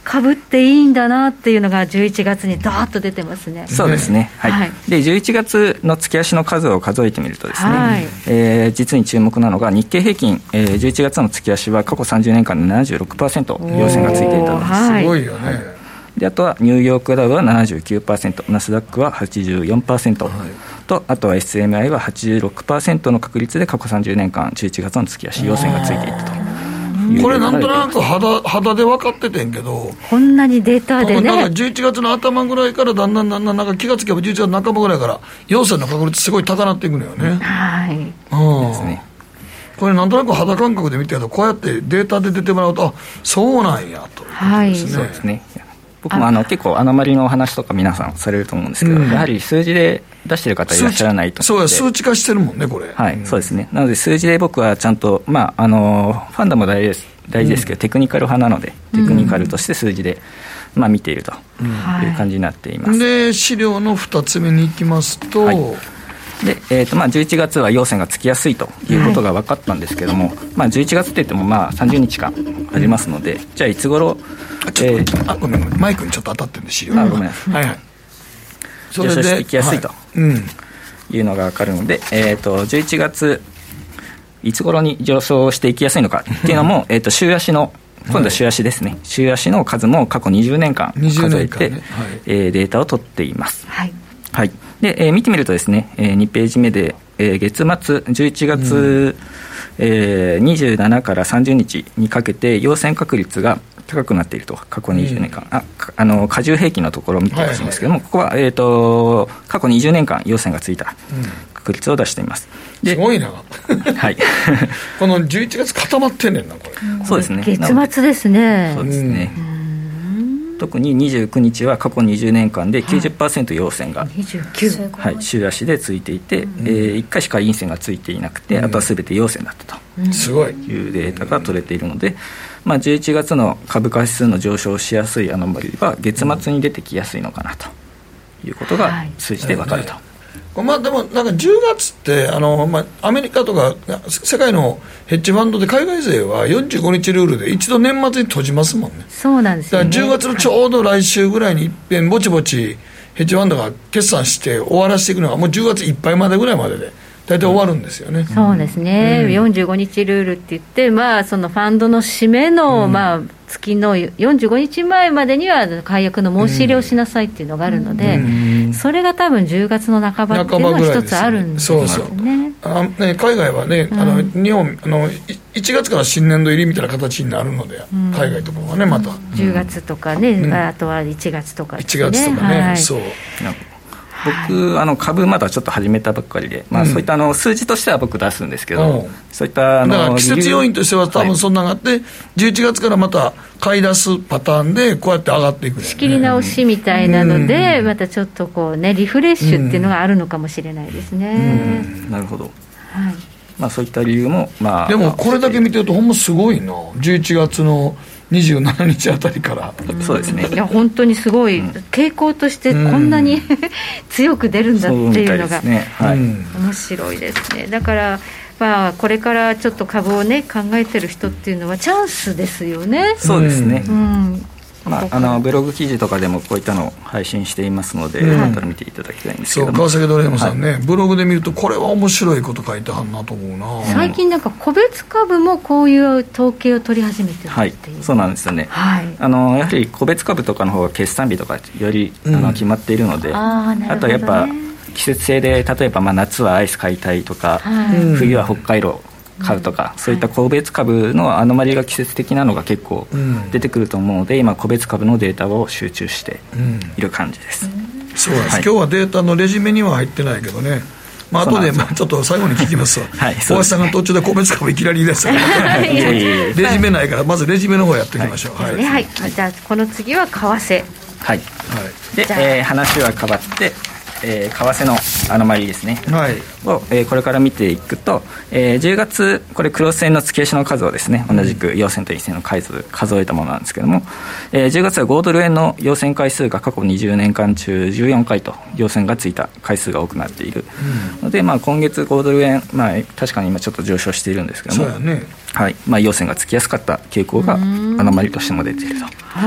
[SPEAKER 2] 株っていいんだなっていうのがじゅういちがつにダーッと出てますね。
[SPEAKER 10] そうですね、はいはい、でじゅういちがつの月足の数を数えてみるとですね、はい、えー、実に注目なのが日経平均、えー、じゅういちがつの月足は過去さんじゅうねんかんで ななじゅうろくパーセント 陽線がついていたんです。
[SPEAKER 1] はい、すごいよね、はい、
[SPEAKER 10] であとはニューヨークダウは ななじゅうきゅうパーセント、 ナスダックは はちじゅうよんパーセント、はい、とあとは エスエムアイ は はちじゅうろくパーセント の確率で過去さんじゅうねんかんじゅういちがつの月足陽線がついていたと。
[SPEAKER 1] これなんとなく 肌, 肌で分かっててんけど、
[SPEAKER 2] こんなにデータでね、
[SPEAKER 1] なんかじゅういちがつの頭ぐらいからだんだんだんだんなんか気がつけばじゅういちがつの半ばぐらいから陽線の確率すごい高なっていくのよね。
[SPEAKER 2] はい、
[SPEAKER 1] うんですね。これなんとなく肌感覚で見てるとこうやってデータで出てもらうと、あ、そうなんやと、
[SPEAKER 10] はい、そうですね。僕もあの結構アノマリのお話とか皆さんされると思うんですけど、うん、やはり数字で出してる方いらっしゃらないと。
[SPEAKER 1] そうや、数値化してるもんねこれ。
[SPEAKER 10] はい、うん、そうですね。なので数字で僕はちゃんと、まあ、あのファンダも大事です大事ですけど、うん、テクニカル派なのでテクニカルとして数字で、まあ、見ているという感じになっています。
[SPEAKER 1] で資料のふたつめに行きますと、はい、
[SPEAKER 10] でえーとまあ、じゅういちがつは陽線がつきやすいということが分かったんですけども、はい、まあ、じゅういちがつっていってもまあさんじゅうにちかんありますので、うん、じゃあいつ頃、
[SPEAKER 1] あちょっと、えー、あごめんごめんマイクにちょっと当たってるんで資料が、
[SPEAKER 10] あごめんなさい、はいはい、
[SPEAKER 1] それで
[SPEAKER 10] 上昇していきやすいというのが分かるので、はい、えーとじゅういちがついつ頃に上昇していきやすいのかっていうのも、えーと週足の今度は週足ですね、はい、週足の数も過去にじゅうねんかん数えて、ね、はい、えー、データを取っています。はい、はい、で、えー、見てみるとですね、えー、にページ目で、えー、月末じゅういちがつ、うん、えー、にじゅうしちからさんじゅうにちにかけて陽線確率が高くなっていると。過去にじゅうねんかん、うん、ああの加重平均のところを見てほしいんですけども、はいはい、ここは、えー、と過去にじゅうねんかん陽線がついた確率を出しています。
[SPEAKER 1] すごいな
[SPEAKER 10] はい、
[SPEAKER 1] このじゅういちがつ固まってんねんなこれ、
[SPEAKER 10] うん、そうですね。
[SPEAKER 2] 月末ですね。
[SPEAKER 10] そうですね、うん、特ににじゅうくにちは過去にじゅうねんかんで きゅうじゅっパーセント 陽線が、
[SPEAKER 2] にじゅうきゅう、
[SPEAKER 10] はい、週足でついていて、うん、えー、いっかいしか陰線がついていなくて、うん、あとは全て陽線だったと、
[SPEAKER 1] すごい
[SPEAKER 10] いうデータが取れているので、まあ、じゅういちがつの株価指数の上昇しやすいアノマリは月末に出てきやすいのかなということが数字で分かると、はい、
[SPEAKER 1] まあ、でもなんかじゅうがつってあの、まあ、アメリカとか世界のヘッジファンドで海外勢はよんじゅうごにちルールで一度年末に閉じますもんね。
[SPEAKER 2] そうなんですよね。
[SPEAKER 1] だからじゅうがつのちょうど来週ぐらいに一遍ぼちぼちヘッジファンドが決算して終わらせていくのがもうじゅうがついっぱいまでぐらいまでで大体終わるんですよね、うん、
[SPEAKER 2] そうですね、うん、よんじゅうごにちルールって言って、まあ、そのファンドの締めの、うん、まあ、月のよんじゅうごにちまえまでには解約の申し入れをしなさいっていうのがあるので、うん、それが多分じゅうがつの半ばっていうのが一つあるんですよね。そうそう
[SPEAKER 1] あ、ね、海外はね、うん、あの日本あのいちがつから新年度入りみたいな形になるので、うん、海外とかはねまた、うん、
[SPEAKER 2] じゅうがつとかね、うん、あとはいちがつとか、ね、
[SPEAKER 1] いちがつとかね、はい、そう
[SPEAKER 10] 僕あの株まだちょっと始めたばっかりで、まあ、そういったあの数字としては僕出すんですけど、うん、そういったあの
[SPEAKER 1] だから季節要因としては多分そんなのがあって、はい、じゅういちがつからまた買い出すパターンでこうやって上がっていく、ね、
[SPEAKER 2] 仕切り直しみたいなので、うん、またちょっとこう、ね、リフレッシュっていうのがあるのかもしれないですね、
[SPEAKER 10] うんうん、なるほど、はい、まあ、そういった理由も、まあ、
[SPEAKER 1] でもこれだけ見てるとほんますごいな。じゅういちがつのにじゅうしちにちあたりから、
[SPEAKER 10] うん、そうですね。
[SPEAKER 2] いや本当にすごい、うん、傾向としてこんなに、うん、強く出るんだっていうのが、
[SPEAKER 10] ね、はい、
[SPEAKER 2] 面白いですね。だからまあこれからちょっと株をね考えてる人っていうのはチャンスですよね。
[SPEAKER 10] そうですね、
[SPEAKER 2] うん、
[SPEAKER 10] まあ、あのブログ記事とかでもこういったのを配信していますので、うん、また見ていただきたいんですけども、
[SPEAKER 1] そう川崎ドレームさんね、はい、ブログで見るとこれは面白いこと書いてはんなと思うな。
[SPEAKER 2] 最近なんか個別株もこういう統計を取り始めてるっていう、はい、
[SPEAKER 10] そうなんですよね、はい、あのやはり個別株とかの方が決算日とかより、うん、あの決まっているので、あ、あとやっぱ季節性で例えばまあ夏はアイス買いたいとか、はい、冬は北海道買うとか、うん、そういった個別株のアノマリが季節的なのが結構出てくると思うので、今個別株のデータを集中している感じです、うん、
[SPEAKER 1] そうです、はい、今日はデータのレジュメには入ってないけどね、まあ後でまあちょっと最後に聞きますわはい、小橋さんが途中で個別株いきなり言い出したからレジュメないからまずレジュメの方やっていきましょう。はい、はい
[SPEAKER 2] はい、じゃあこの次は為替、
[SPEAKER 10] はい、で、えー、話は変わってえー、為替のアノマリですね、はい、を、えー、これから見ていくと、えー、じゅうがつこれクロス線の月足の数をですね、同じく陽線と陰線の数数えたものなんですけども、えー、じゅうがつはごドル円の陽線回数が過去にじゅうねんかん中じゅうよんかいと陽線がついた回数が多くなっているので、まあ、今月ごドル円、まあ、確かに今ちょっと上昇しているんですけども、そうやね、はい、まあ、陽線がつきやすかった傾向がアノマリとしても出ていると、はい、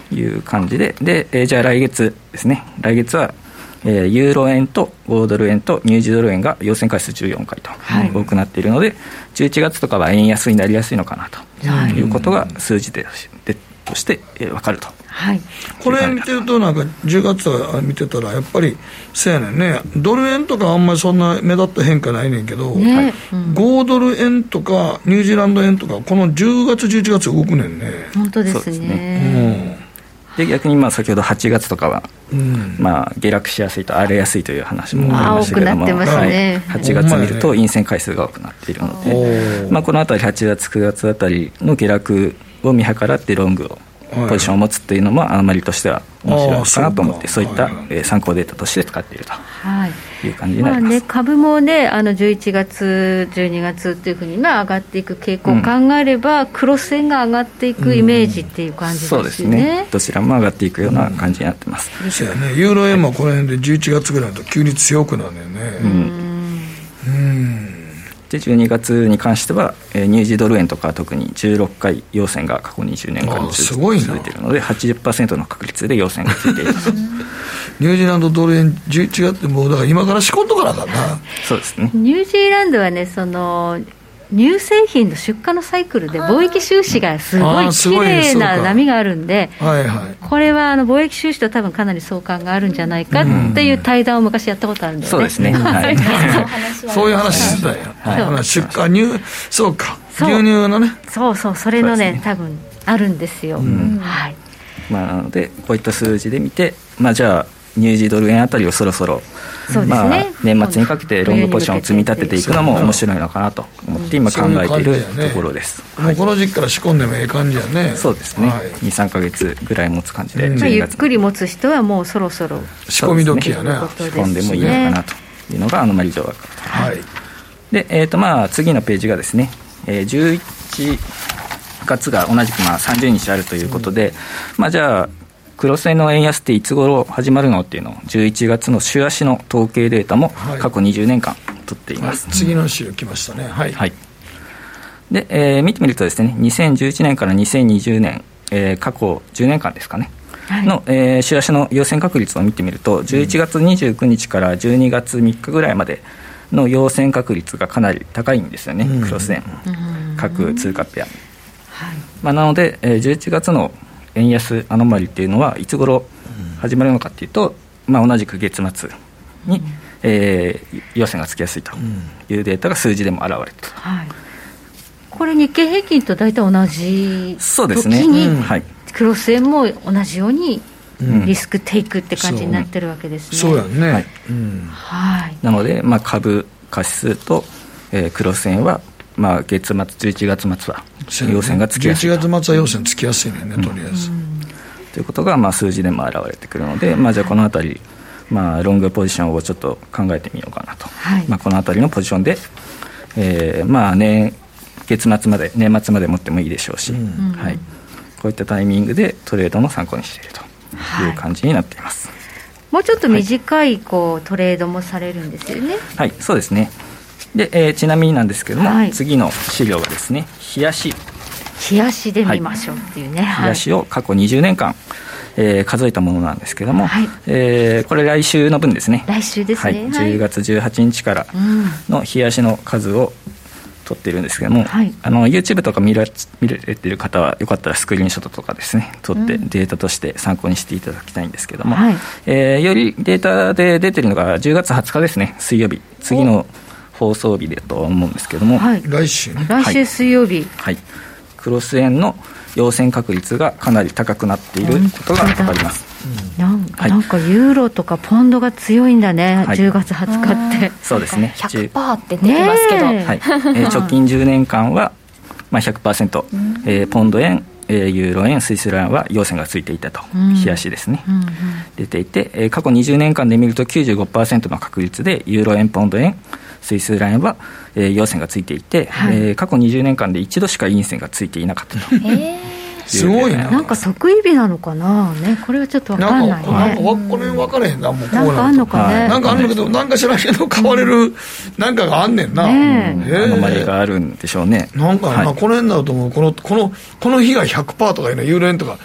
[SPEAKER 10] いう感じで、で、えー、じゃあ来月ですね、来月は、えー、ユーロ円とごドル円とニュージードル円が要請回数じゅうよんかいと多くなっているので、じゅういちがつとかは円安になりやすいのかなということが数字で、でとして、えー、分かると。
[SPEAKER 2] はい、
[SPEAKER 1] これ見てるとなんかじゅうがつは見てたらやっぱりそうやねんね、ドル円とかあんまりそんな目立った変化ないねんけど、ね、うん、ごドル円とかニュージーランド円とかこのじゅうがつじゅういちがつ動くねんね。
[SPEAKER 2] 本当ですね。
[SPEAKER 10] うん、で逆にまあ先ほどはちがつとかは、うん、まあ下落しやすいと荒れやすいという話もありましたけれども、
[SPEAKER 2] 多くなってますね。
[SPEAKER 10] はい、はちがつ見ると陰線回数が多くなっているので、まあ、このあたりはちがつくがつあたりの下落を見計らってロングをポジションを持つっていうのもアノマリとしては面白いかなと思って、そういった、えー、参考データとして使っているという感じになります。まあね、
[SPEAKER 2] 株もね、あのじゅういちがつじゅうにがつっていうふうに、まあ、上がっていく傾向を考えれば、うん、クロス円が上がっていくイメージっていう感じですよね。うん、そうですね、
[SPEAKER 10] どちらも上がっていくような感じになってます。
[SPEAKER 1] うん、そうやね、ユーロ円もこの辺でじゅういちがつぐらいだと急に強くなるんだよね。うん、
[SPEAKER 10] うんでじゅうにがつに関しては、えー、ニュージードル円とか特にじゅうろっかい陽線が過去にじゅうねんかんに続いているので はちじゅっパーセント の確率で陽線がついている
[SPEAKER 1] ニュージーランドドル円じゅういちがつってもうだから今から仕込んとかなかな。
[SPEAKER 10] そうですね。
[SPEAKER 2] ニュージーランドはね、その乳製品の出荷のサイクルで貿易収支がすごい綺麗な波があるんで、はいはい、これはあの貿易収支と多分かなり相関があるんじゃないかっていう対談を昔やったことあるんだよね。
[SPEAKER 10] そうですね、はい、
[SPEAKER 1] そういう話してたよ、はい、出荷乳そうか牛乳のね、
[SPEAKER 2] そうそう、それの ね, ね多分あるんですよ、うん、はい。
[SPEAKER 10] まあ、なのでこういった数字で見て、まあ、じゃあニュージードル円あたりをそろそろ、そうですね、まあ、年末にかけてロングポジションを積み立てていくのも面白いのかなと思って今考えているところです。
[SPEAKER 1] もうこの時期から仕込んでもええ感じやね。
[SPEAKER 10] そうですね、はい、にさんかげつぐらい持つ感じで、
[SPEAKER 2] うん、まあ、ゆっくり持つ人はもうそろそろ
[SPEAKER 1] 仕込み時やね、
[SPEAKER 10] 仕込んでもいいのかなというのがアノマリ条約、はい。で、えーとまあ、次のページがですね、えー、じゅういちがつが同じくまあさんじゅうにちあるということで、うん、まあ、じゃあクロス円の円安っていつ頃始まるのっていうのをじゅういちがつの週足の統計データも過去にじゅうねんかん取っています、
[SPEAKER 1] はいはい、次の週来ましたね、はい、
[SPEAKER 10] はい。で、えー、見てみるとですね、にせんじゅういちねんからにせんにじゅうねん、えー、過去じゅうねんかんですかね、はい、の、えー、週足の陽線確率を見てみるとじゅういちがつにじゅうくにちからじゅうにがつみっかぐらいまでの陽線確率がかなり高いんですよね、うん、クロス円、うん、各通貨ペア、はい。まあ、なので、えー、じゅういちがつの円安アノマリっていうのはいつ頃始まるのかっていうと、まあ、同じく月末に、うん、えー、陽線がつきやすいというデータが数字でも現れていると、はい。
[SPEAKER 2] これ日経平均と大体同じ
[SPEAKER 10] そうですね、
[SPEAKER 2] 時に、
[SPEAKER 10] うん、はい、
[SPEAKER 2] クロス円も同じようにリスクテイクって感じになってるわけですね、
[SPEAKER 1] そうやね、はい、
[SPEAKER 2] うん、はい。
[SPEAKER 10] なので、まあ、株価指数と、えー、クロス円は、まあ、月末じゅういちがつまつは陽線がつきやすい
[SPEAKER 1] じゅういちがつ末は陽線つきやすいね、うん、とりあえず、うん、
[SPEAKER 10] ということが、まあ、数字でも現れてくるので、まあ、じゃあこのあたり、まあ、ロングポジションをちょっと考えてみようかなと、はい。まあ、このあたりのポジションで、えーまあね、月末まで年末まで持ってもいいでしょうし、うん、はい、こういったタイミングでトレードの参考にしているという感じになっています、はい。
[SPEAKER 2] もうちょっと短いこうトレードもされるんですよね。
[SPEAKER 10] はい、そうですね。で、えー、ちなみになんですけども、はい、次の資料がですね、日足
[SPEAKER 2] 日足で見ましょうっていうね、
[SPEAKER 10] はい、日足を過去にじゅうねんかん、えー、数えたものなんですけども、はい、えー、これ来週の分ですね。
[SPEAKER 2] 来週ですね、
[SPEAKER 10] はい、じゅうがつじゅうはちにちからの日足の数を取っているんですけども、はい、あの YouTube とか見ら見れている方はよかったらスクリーンショットとかですね取ってデータとして参考にしていただきたいんですけども、はい、えー、よりデータで出ているのがじゅうがつはつかですね、水曜日、次の放送日だと思うんですけども、
[SPEAKER 2] はい、
[SPEAKER 1] 来週ね、
[SPEAKER 2] 来週水曜日、
[SPEAKER 10] はい、クロス円の陽線確率がかなり高くなっていることが分かります。
[SPEAKER 2] うん、なんか、はい、なんかユーロとかポンドが強いんだね、はい、じゅうがつはつかって
[SPEAKER 10] そうですね、
[SPEAKER 3] ひゃくパーセント って出てますけど、
[SPEAKER 10] はい、えー、直近じゅうねんかんは、まあ、ひゃくパーセント、えー、ポンド円、えー、ユーロ円、スイスランは陽線がついていたと、うん、日足ですね、うんうん、出ていて、えー、過去にじゅうねんかんで見ると きゅうじゅうごパーセント の確率でユーロ円、ポンド円、スイスランは、えー、陽線がついていて、はい、えー、過去にじゅうねんかんで一度しか陰線がついていなかったと、えー
[SPEAKER 1] すごいな。
[SPEAKER 2] なんか得意日なのかな、ね、これはちょっと分かんないね。
[SPEAKER 1] なんかこれ分からへんな、もうこうな
[SPEAKER 2] んかあんのかね、
[SPEAKER 1] なんかあんのけど、なんか知らんけど買われるなんかがあんねんな、
[SPEAKER 10] ね、えー、アノマリがあるんでしょうね。
[SPEAKER 1] なんか、はい、この辺になるともうこのこのこの日が ひゃくパーセント とかいうのユーロ円とか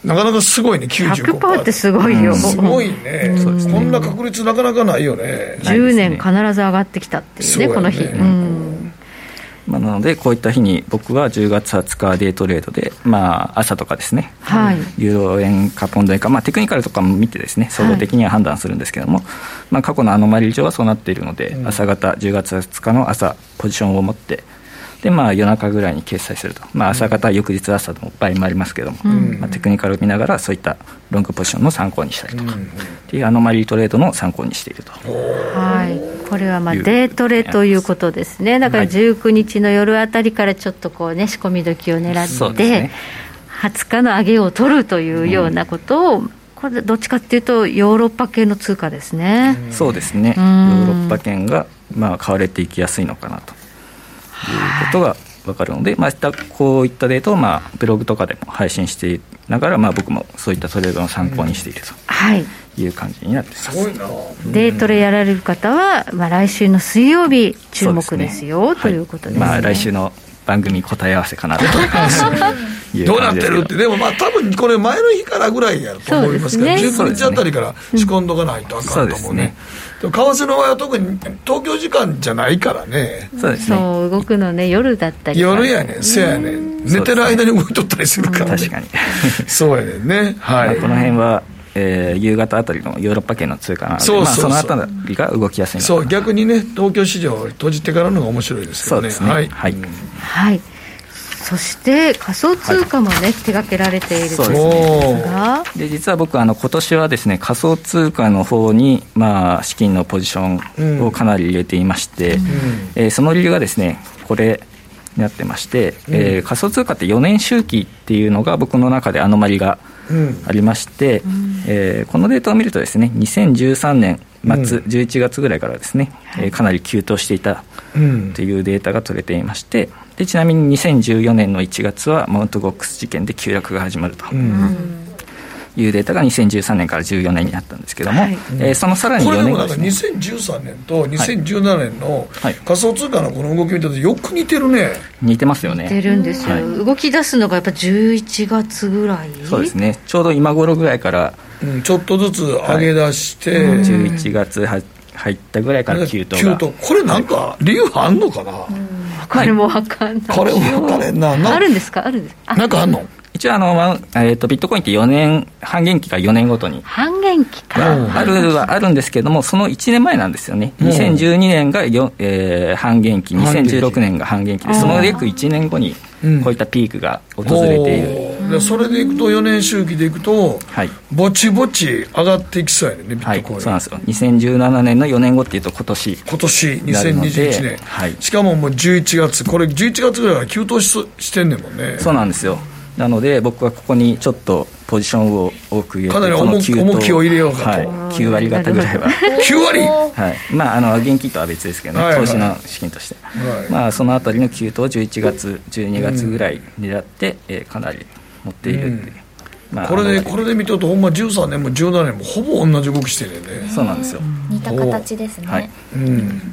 [SPEAKER 1] なかなかすごいね。 きゅうじゅうごパーセント
[SPEAKER 2] ひゃくパーセント ってすごいよ、うん、
[SPEAKER 1] すごいね、うん、こんな確率なかなかないよね。
[SPEAKER 2] じゅうねん必ず上がってきたっていうね、この日、うん
[SPEAKER 10] まあ、なのでこういった日に僕はじゅうがつはつかデイトレードで、まあ、朝とかですね、はい、ユーロ円かポンド円か、まあ、テクニカルとかも見てですね総合的には判断するんですけども、はいまあ、過去のアノマリ上はそうなっているので、うん、朝方じゅうがつはつかの朝ポジションを持ってで、まあ、夜中ぐらいに決済すると、まあ、朝方は翌日朝の場合もありますけども、うんまあ、テクニカルを見ながらそういったロングポジションの参考にしたりとか、うん、っていうアノマリートレードの参考にしていると。
[SPEAKER 2] はい、これはまあデートレということですね。だからじゅうくにちの夜あたりからちょっとこう、ね、仕込み時を狙って、ね、はつかの上げを取るというようなことを、うん、これどっちかっていうとヨーロッパ系の通貨ですね。
[SPEAKER 10] うん、そうですね、うん、ヨーロッパ圏がまあ買われていきやすいのかなということが分かるので、まあ、こういったデータをまあブログとかでも配信していながら、まあ、僕もそういったトレードの参考にしているという感じになっています。
[SPEAKER 1] すごいな。
[SPEAKER 2] デートレやられる方は、まあ、来週の水曜日注目ですよ、ね、ということですね。
[SPEAKER 10] はいまあ、来週の番組答え合わせかなと
[SPEAKER 1] どうなってるって。でもまあ多分これ前の日からぐらいやると思いますから、ね、じゅうくにちあたりから仕込んどかないとあかんと思うね。でも為替の場合は特に東京時間じゃないからね。
[SPEAKER 10] そうですね。
[SPEAKER 2] そう動くのね夜だったり
[SPEAKER 1] 夜やねんせやねん寝てる間に動いとったりするから、ね、
[SPEAKER 10] 確かに
[SPEAKER 1] そうやねんね、はいまあ、
[SPEAKER 10] この辺はえー、夕方あたりのヨーロッパ圏の通貨なので、そうそうそう、まあ、そのあたりが動きやすいのかな。
[SPEAKER 1] そう逆にね東京市場を閉じてからのが面白いですけどね。
[SPEAKER 10] そうですね、はいはい
[SPEAKER 2] はい、そして仮想通貨もね、はい、手掛けられているということですが、
[SPEAKER 10] で実は僕あの今年はですね仮想通貨の方に、まあ、資金のポジションをかなり入れていまして、うんえー、その理由がですねこれになってまして、うんえー、仮想通貨ってよねん周期っていうのが僕の中でアノマリがありまして、うんえー、このデータを見るとですねにせんじゅうさんねん末、うん、じゅういちがつぐらいからですね、えー、かなり急騰していたというデータが取れていまして、でちなみににせんじゅうよねんのいちがつはマウントゴックス事件で急落が始まるというデータがにせんじゅうさんねんからじゅうよねんになったんですけども、はいえー、そのさらによねん後ですね、
[SPEAKER 1] これでもなんかにせんじゅうさんねんとにせんじゅうななねんの仮想通貨のこの動き見たとよく似てるね。
[SPEAKER 10] 似てますよね。
[SPEAKER 2] 似てるんですよ、はい、動き出すのがやっぱじゅういちがつぐらい。
[SPEAKER 10] そうですね、ちょうど今頃ぐらいから、
[SPEAKER 1] うん、ちょっとずつ上げ出して、はい、
[SPEAKER 10] じゅういちがつは入ったぐらいから急騰が急騰。
[SPEAKER 1] これなんか理由あんのかな。
[SPEAKER 2] これも分かんない。
[SPEAKER 1] これも分かれんな。
[SPEAKER 2] あるんですか。あるんです
[SPEAKER 1] か。なんかあんの。
[SPEAKER 10] 一応あの、えー、とビットコインってよねん半減期がよねんごとに
[SPEAKER 2] 半減期か
[SPEAKER 10] あるはあるんですけども、そのいちねんまえなんですよね。にせんじゅうにねんがよ、えー、半減期、にせんじゅうろくねんが半減期で、その約いちねんごにこういったピークが訪れている、
[SPEAKER 1] うん、でそれでいくとよねん周期でいくと、はい、ぼちぼち上がっていきそうやねビットコイン、
[SPEAKER 10] はい、そうなんですよ。にせんじゅうななねんのよねんごっていうと今年
[SPEAKER 1] 今年にせんにじゅういちねん、はい、しかももうじゅういちがつ、これじゅういちがつぐらいから急騰 し, してんねんもんね。
[SPEAKER 10] そうなんですよ。なので僕はここにちょっとポジションを多く入れて、
[SPEAKER 1] かなり 重, 重きを入れようかと、
[SPEAKER 10] はい、きゅうわり方ぐらいは
[SPEAKER 1] きゅうわり、
[SPEAKER 10] はいまあ、あの現金とは別ですけどね、はいはい、投資の資金として、はいまあ、そのあたりの急騰をじゅういちがつじゅうにがつぐらい狙って、うんえー、かなり持っているっていう、うんまあ、
[SPEAKER 1] これでこれで見てるとほんまじゅうさんねんもじゅうななねんもほぼ同じ動きしてるよね。
[SPEAKER 10] そうなんですよ。
[SPEAKER 3] 似た形ですね、
[SPEAKER 10] はいうん、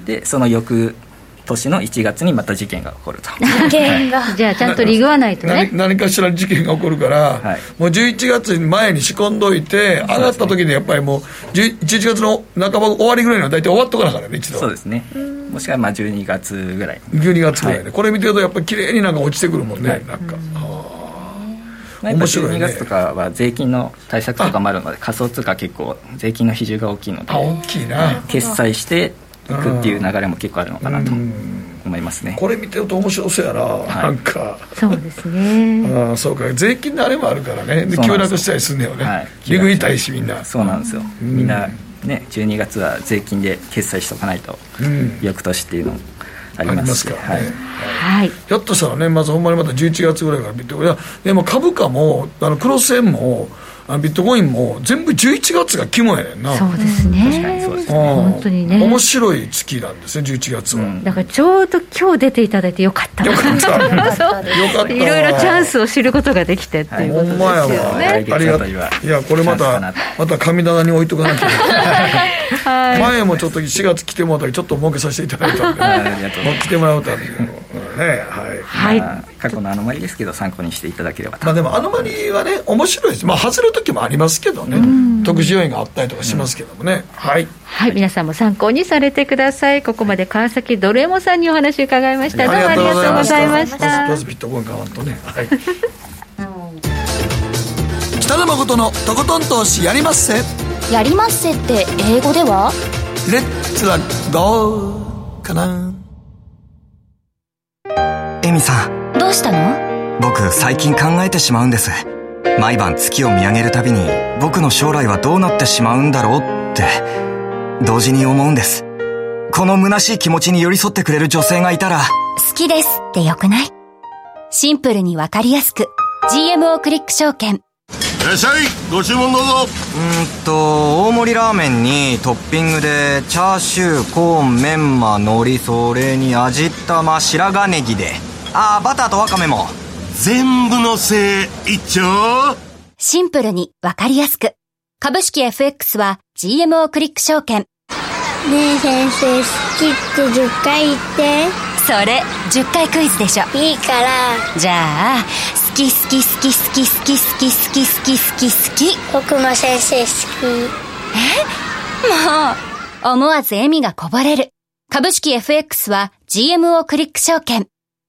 [SPEAKER 10] でその翌年のいちがつにまた事件が起こると
[SPEAKER 3] 事件が、
[SPEAKER 2] はい、じゃあちゃんとリグわないとね。
[SPEAKER 1] 何かしら事件が起こるから、はい、もうじゅういちがつ前に仕込んどいて、上がった時にやっぱりもうじゅういちがつの半ば終わりぐらいには大体終わっとかなからね一度。
[SPEAKER 10] そうですね。もしくはまあじゅうにがつぐらい
[SPEAKER 1] じゅうにがつぐらいで、はい、これ見てるとやっぱり綺麗になんか落ちてくるもんね、はい、なんか、
[SPEAKER 10] うん、面白いね。じゅうにがつとかは税金の対策とかもあるので、仮想通貨結構税金の比重が大きいので、
[SPEAKER 1] あ大きいな。
[SPEAKER 10] 決済していくっていう流れも結構あるのかなと思いますね。
[SPEAKER 1] これ見てると面白そうやな、はい、なんか
[SPEAKER 2] そうですね
[SPEAKER 1] あそうか、税金のあれもあるからね。で急落したりするんだよね、はい、リグいたいしみんな。
[SPEAKER 10] そうなんですよ、うん、みんなねじゅうにがつは税金で決済しとかないと、うん、翌年っていうのもありますし、
[SPEAKER 1] ありますからね、はいはい、ひょっとしたら年末ほんまにまたじゅういちがつぐらいからビットコイン、いやでも株価もあのクロス円もビットコインも全部じゅういちがつが肝やねんな。
[SPEAKER 2] そうですね、
[SPEAKER 10] 確かにそうですね、
[SPEAKER 2] 本当にね
[SPEAKER 1] 面白い月なんですねじゅういちがつは、うん、
[SPEAKER 2] だからちょうど今日出ていただいてよかった
[SPEAKER 1] よかったよかった
[SPEAKER 2] いろいろチャンスを知ることができてっていうことですよね、はい、ほんまやわ、ありがとう。いやこれまたまた神棚に置いとかなきゃいけない、はい、前もちょっとしがつ来てもらったりちょっと儲けさせていただいたんで、はい、来てもらうたんでね、はい、 はい
[SPEAKER 10] 過去のアノマリですけど参考にしていただければと。
[SPEAKER 1] まあ、でもアノマリはね面白いです、まあ、外れる時もありますけどね、特殊要因があったりとかしますけどもね、はい、
[SPEAKER 2] はい、皆さんも参考にされてください。ここまで川崎ドルエモさんにお話を伺いました。どうもありがとうございました。
[SPEAKER 1] まずビットコイン買わんとね、はい、北野誠のとことん投資やりまっせ。
[SPEAKER 3] やりまっせって英語では
[SPEAKER 1] レッツラゴーかな。
[SPEAKER 8] エミさん、
[SPEAKER 3] どうしたの？
[SPEAKER 8] 僕最近考えてしまうんです。毎晩月を見上げるたびに僕の将来はどうなってしまうんだろうって同時に思うんです。この虚しい気持ちに寄り添ってくれる女性がいたら。
[SPEAKER 7] 好きですってよくない？シンプルにわかりやすく ジーエムオー クリック証券。
[SPEAKER 9] いらっしゃい、ご注文どうぞ。
[SPEAKER 8] うーんと大盛りラーメンにトッピングでチャーシュー、コーン、メンマ、海苔、それに味玉、白髪ネギで、あーバターとワカメも
[SPEAKER 9] 全部のせい一丁。
[SPEAKER 7] シンプルにわかりやすく株式 エフエックス は ジーエムオー クリック証券。
[SPEAKER 11] ねえ先生、好きってじゅっかい言って。
[SPEAKER 7] それじゅっかいクイズでしょ。
[SPEAKER 11] いいから。
[SPEAKER 7] じゃあ好き好き好き好き好き好き好き好き好き好き。
[SPEAKER 11] 僕も先生好き。
[SPEAKER 7] え？もう思わず笑みがこぼれる。株式 エフエックス は ジーエムオー クリック証券。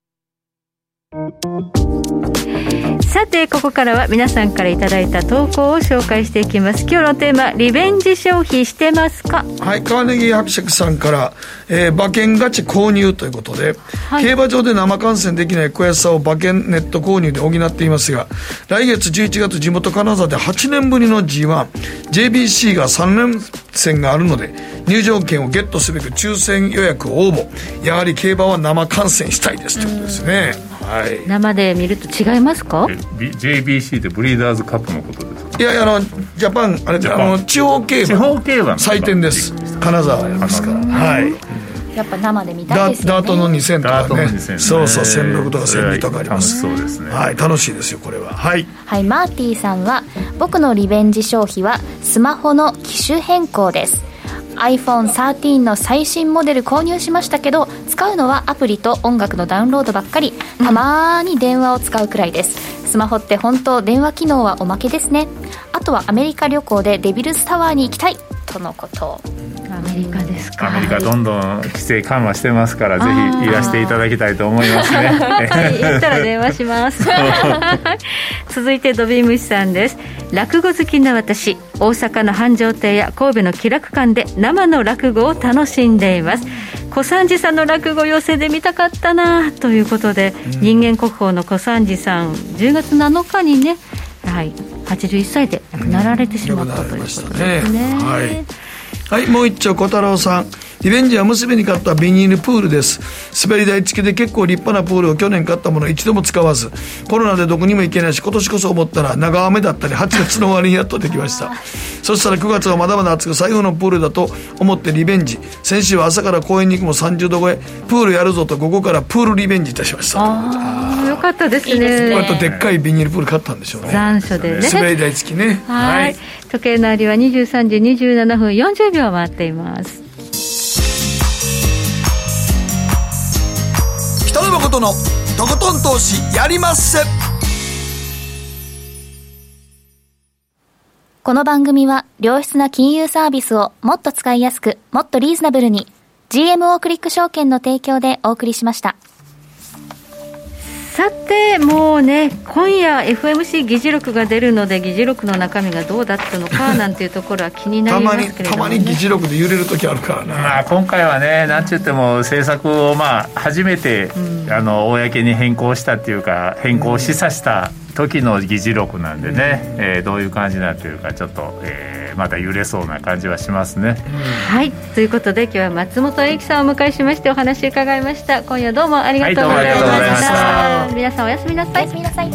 [SPEAKER 2] さてここからは皆さんからいただいた投稿を紹介していきます。今日のテーマ、リベンジ消費してますか。
[SPEAKER 1] はい、川根木伯爵さんから、えー、馬券ガチ購入ということで、はい、競馬場で生観戦できない悔しさを馬券ネット購入で補っていますが、来月じゅういちがつ地元金沢ではちねんぶりの ジーワン ジェイビーシー がさん連戦があるので入場券をゲットすべく抽選予約を応募。やはり競馬は生観戦したいですということですね。はい、
[SPEAKER 2] 生で見ると違いますか？
[SPEAKER 4] ジェイビーシー ってブリーダーズカップのことですか？
[SPEAKER 1] いやいや、あのジャパンあれあの地方競馬の祭典です。金沢ですから、はい、
[SPEAKER 3] やっぱ生で見たいですよね。
[SPEAKER 1] ダートのにせんとかね、ね、そうそうせんろくとかせんにとかあります。
[SPEAKER 4] 楽しそうですね。
[SPEAKER 1] はい、楽しいですよこれは。はい、
[SPEAKER 3] はい、マーティさんは僕のリベンジ消費はスマホの機種変更です。アイフォンサーティーン の最新モデル購入しましたけど、使うのはアプリと音楽のダウンロードばっかり。たまに電話を使うくらいです。スマホって本当電話機能はおまけですね。あとはアメリカ旅行でデビルスタワーに行きたいとのこと。
[SPEAKER 2] アメリカですか。
[SPEAKER 4] アメリカどんどん規制緩和してますから、ぜひいらしていただきたいと思いますね。
[SPEAKER 2] はい、行ったら電話します続いてドビームシさんです。落語好きな私、大阪の繁盛亭や神戸の気楽館で生の落語を楽しんでいます。小三治さんの落語寄席で見たかったなということで、うん、人間国宝の小三治さんじゅうがつなのかにね、はい、はちじゅういっさいで亡くなられてしまった、うん、ということですね。
[SPEAKER 1] はいはい、もう一丁小太郎さん。リベンジは娘に買ったビニールプールです。滑り台付きで結構立派なプールを去年買ったものを一度も使わず、コロナでどこにも行けないし、今年こそ思ったら長雨だったりはちがつの終わりにやっとできましたそしたらくがつはまだまだ暑く最後のプールだと思ってリベンジ。先週は朝から公園に行くもさんじゅうど超え、プールやるぞと午後からプールリベンジいたしました。
[SPEAKER 2] ああ、よかったですね。いいですね。
[SPEAKER 1] こうやってでっかいビニールプール買ったんでしょうね。
[SPEAKER 2] 残暑でね。
[SPEAKER 1] 滑り台付きね。
[SPEAKER 2] はい、はい、時計の針はにじゅうさんじにじゅうななふんよんじゅうびょう回っています。
[SPEAKER 1] 北野誠のとことん投資やりまっせ。
[SPEAKER 3] この番組は良質な金融サービスをもっと使いやすく、もっとリーズナブルに ジーエムオー クリック証券の提供でお送りしました。
[SPEAKER 2] さてもうね、今夜 エフエムシー 議事録が出るので、議事録の中身がどうだったのかなんていうところは気になりますけれども、ね、
[SPEAKER 1] たまに議事録で揺れる時あるからな、
[SPEAKER 4] まあ、今回はね、なんて言っても政策をまあ初めて、うん、あの公に変更したっていうか変更を示唆した時の議事録なんでね、うん、えー、どういう感じになっているかちょっと、えー、まだ揺れそうな感じはしますね、
[SPEAKER 2] うん、はい、ということで今日は松本英樹さんをお迎えしましてお話を伺いました。今夜どうもありがとうございました、はい、ました。皆さんおやすみなさい。
[SPEAKER 3] おやすみなさい。